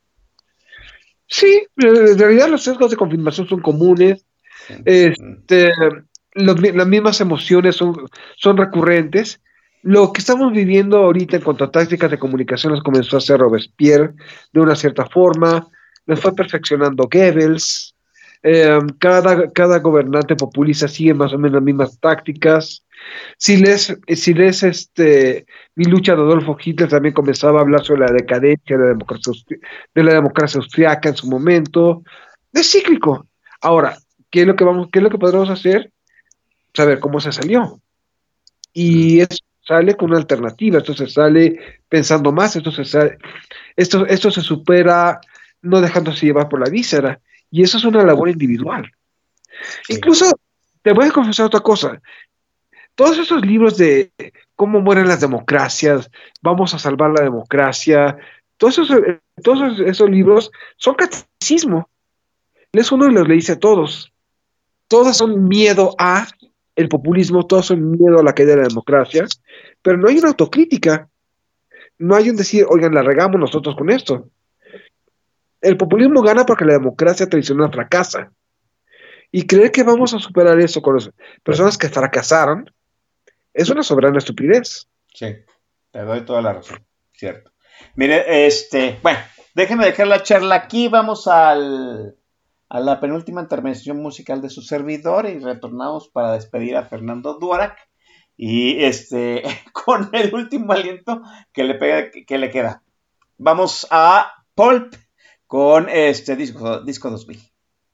Sí, en realidad los sesgos de confirmación son comunes, Sí. este, los mi- las mismas emociones son, son recurrentes. Lo que estamos viviendo ahorita en cuanto a tácticas de comunicación las comenzó a hacer Robespierre de una cierta forma, las fue perfeccionando Goebbels. Eh, cada, cada gobernante populista sigue más o menos las mismas tácticas. Si lees, si lees este, Mi lucha de Adolfo Hitler, también comenzaba a hablar sobre la decadencia de la democracia, austri- de la democracia austriaca en su momento. Es cíclico. Ahora, ¿qué es lo que vamos, qué es lo que podemos hacer? Saber cómo se salió. Y eso sale con una alternativa, esto se sale pensando más, esto se sale, esto, esto se supera no dejándose llevar por la víscera. Y eso es una labor individual. Sí. Incluso, te voy a confesar otra cosa. Todos esos libros de cómo mueren las democracias, vamos a salvar la democracia, todos esos, eh, todos esos, esos libros son catecismo. Lees uno y los leíste a todos. Todos son miedo a el populismo, todos son miedo a la caída de la democracia, pero no hay una autocrítica. No hay un decir, oigan, la regamos nosotros con esto. el populismo gana porque la democracia tradicional fracasa. Y creer que vamos a superar eso con las personas que fracasaron es una soberana estupidez. Sí, te doy toda la razón, cierto. Mire, este, bueno, déjeme dejar la charla aquí, vamos al, a la penúltima intervención musical de su servidor y retornamos para despedir a Fernando Dvorak y este, con el último aliento que le, pega, que le queda. Vamos a Pulp con este disco, disco dos mil.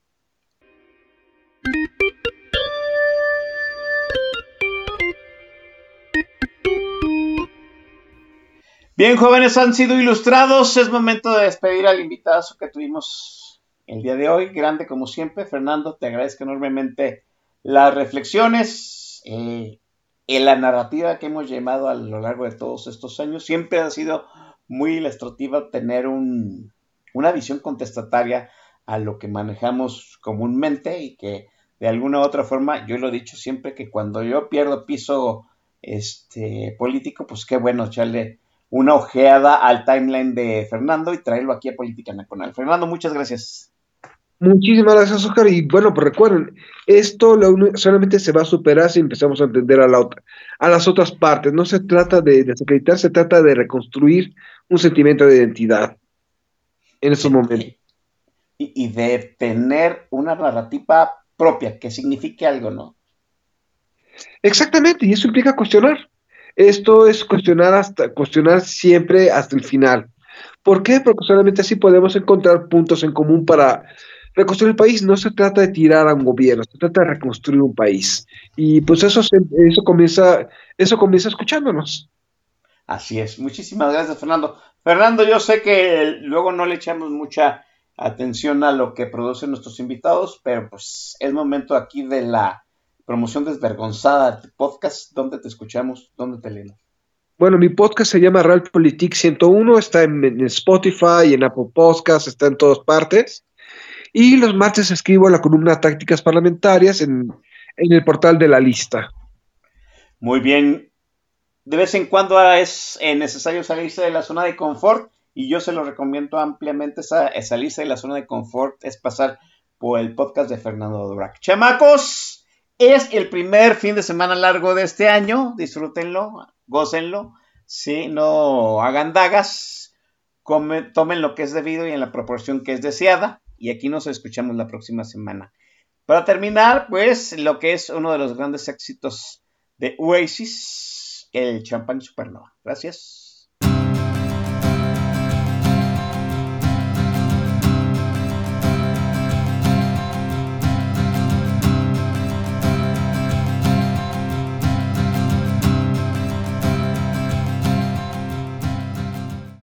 Bien, jóvenes, han sido ilustrados. Es momento de despedir al invitado que tuvimos el día de hoy. Grande como siempre. Fernando, te agradezco enormemente las reflexiones, eh, en la narrativa que hemos llevado a lo largo de todos estos años. Siempre ha sido muy ilustrativa tener un, una visión contestataria a lo que manejamos comúnmente y que de alguna u otra forma, yo lo he dicho siempre, que cuando yo pierdo piso este, político, pues qué bueno echarle una ojeada al timeline de Fernando y traerlo aquí a Política Nacional. Fernando, muchas gracias. Muchísimas gracias, Oscar. Y bueno, pues recuerden, esto lo, solamente se va a superar si empezamos a entender a, la otra, a las otras partes. No se trata de desacreditar, se trata de reconstruir un sentimiento de identidad en esos Sí, momentos. Y, y de tener una narrativa propia, que signifique algo, ¿no? Exactamente, y eso implica cuestionar. Esto es cuestionar hasta cuestionar siempre hasta el final. ¿Por qué? Porque solamente así podemos encontrar puntos en común para reconstruir el país. No se trata de tirar a un gobierno, se trata de reconstruir un país. Y pues eso se, eso comienza, eso comienza escuchándonos. Así es. Muchísimas gracias, Fernando. Fernando, yo sé que luego no le echamos mucha atención a lo que producen nuestros invitados, pero pues es momento aquí de la promoción desvergonzada de podcast. ¿Dónde te escuchamos? ¿Dónde te leemos? Bueno, mi podcast se llama Realpolitik ciento uno, está en, en Spotify, en Apple Podcasts, está en todas partes. Y los martes escribo la columna Tácticas Parlamentarias en, en el portal de La Lista. Muy bien. De vez en cuando es necesario salirse de la zona de confort y yo se lo recomiendo ampliamente. Esa, salirse de la zona de confort es pasar por el podcast de Fernando Dvorak. Chamacos, es el primer fin de semana largo de este año. Disfrútenlo, gócenlo. Sí, no hagan dagas. Come, tomen lo que es debido y en la proporción que es deseada. Y aquí nos escuchamos la próxima semana. Para terminar, pues, lo que es uno de los grandes éxitos de Oasis, el Champagne Supernova. Gracias.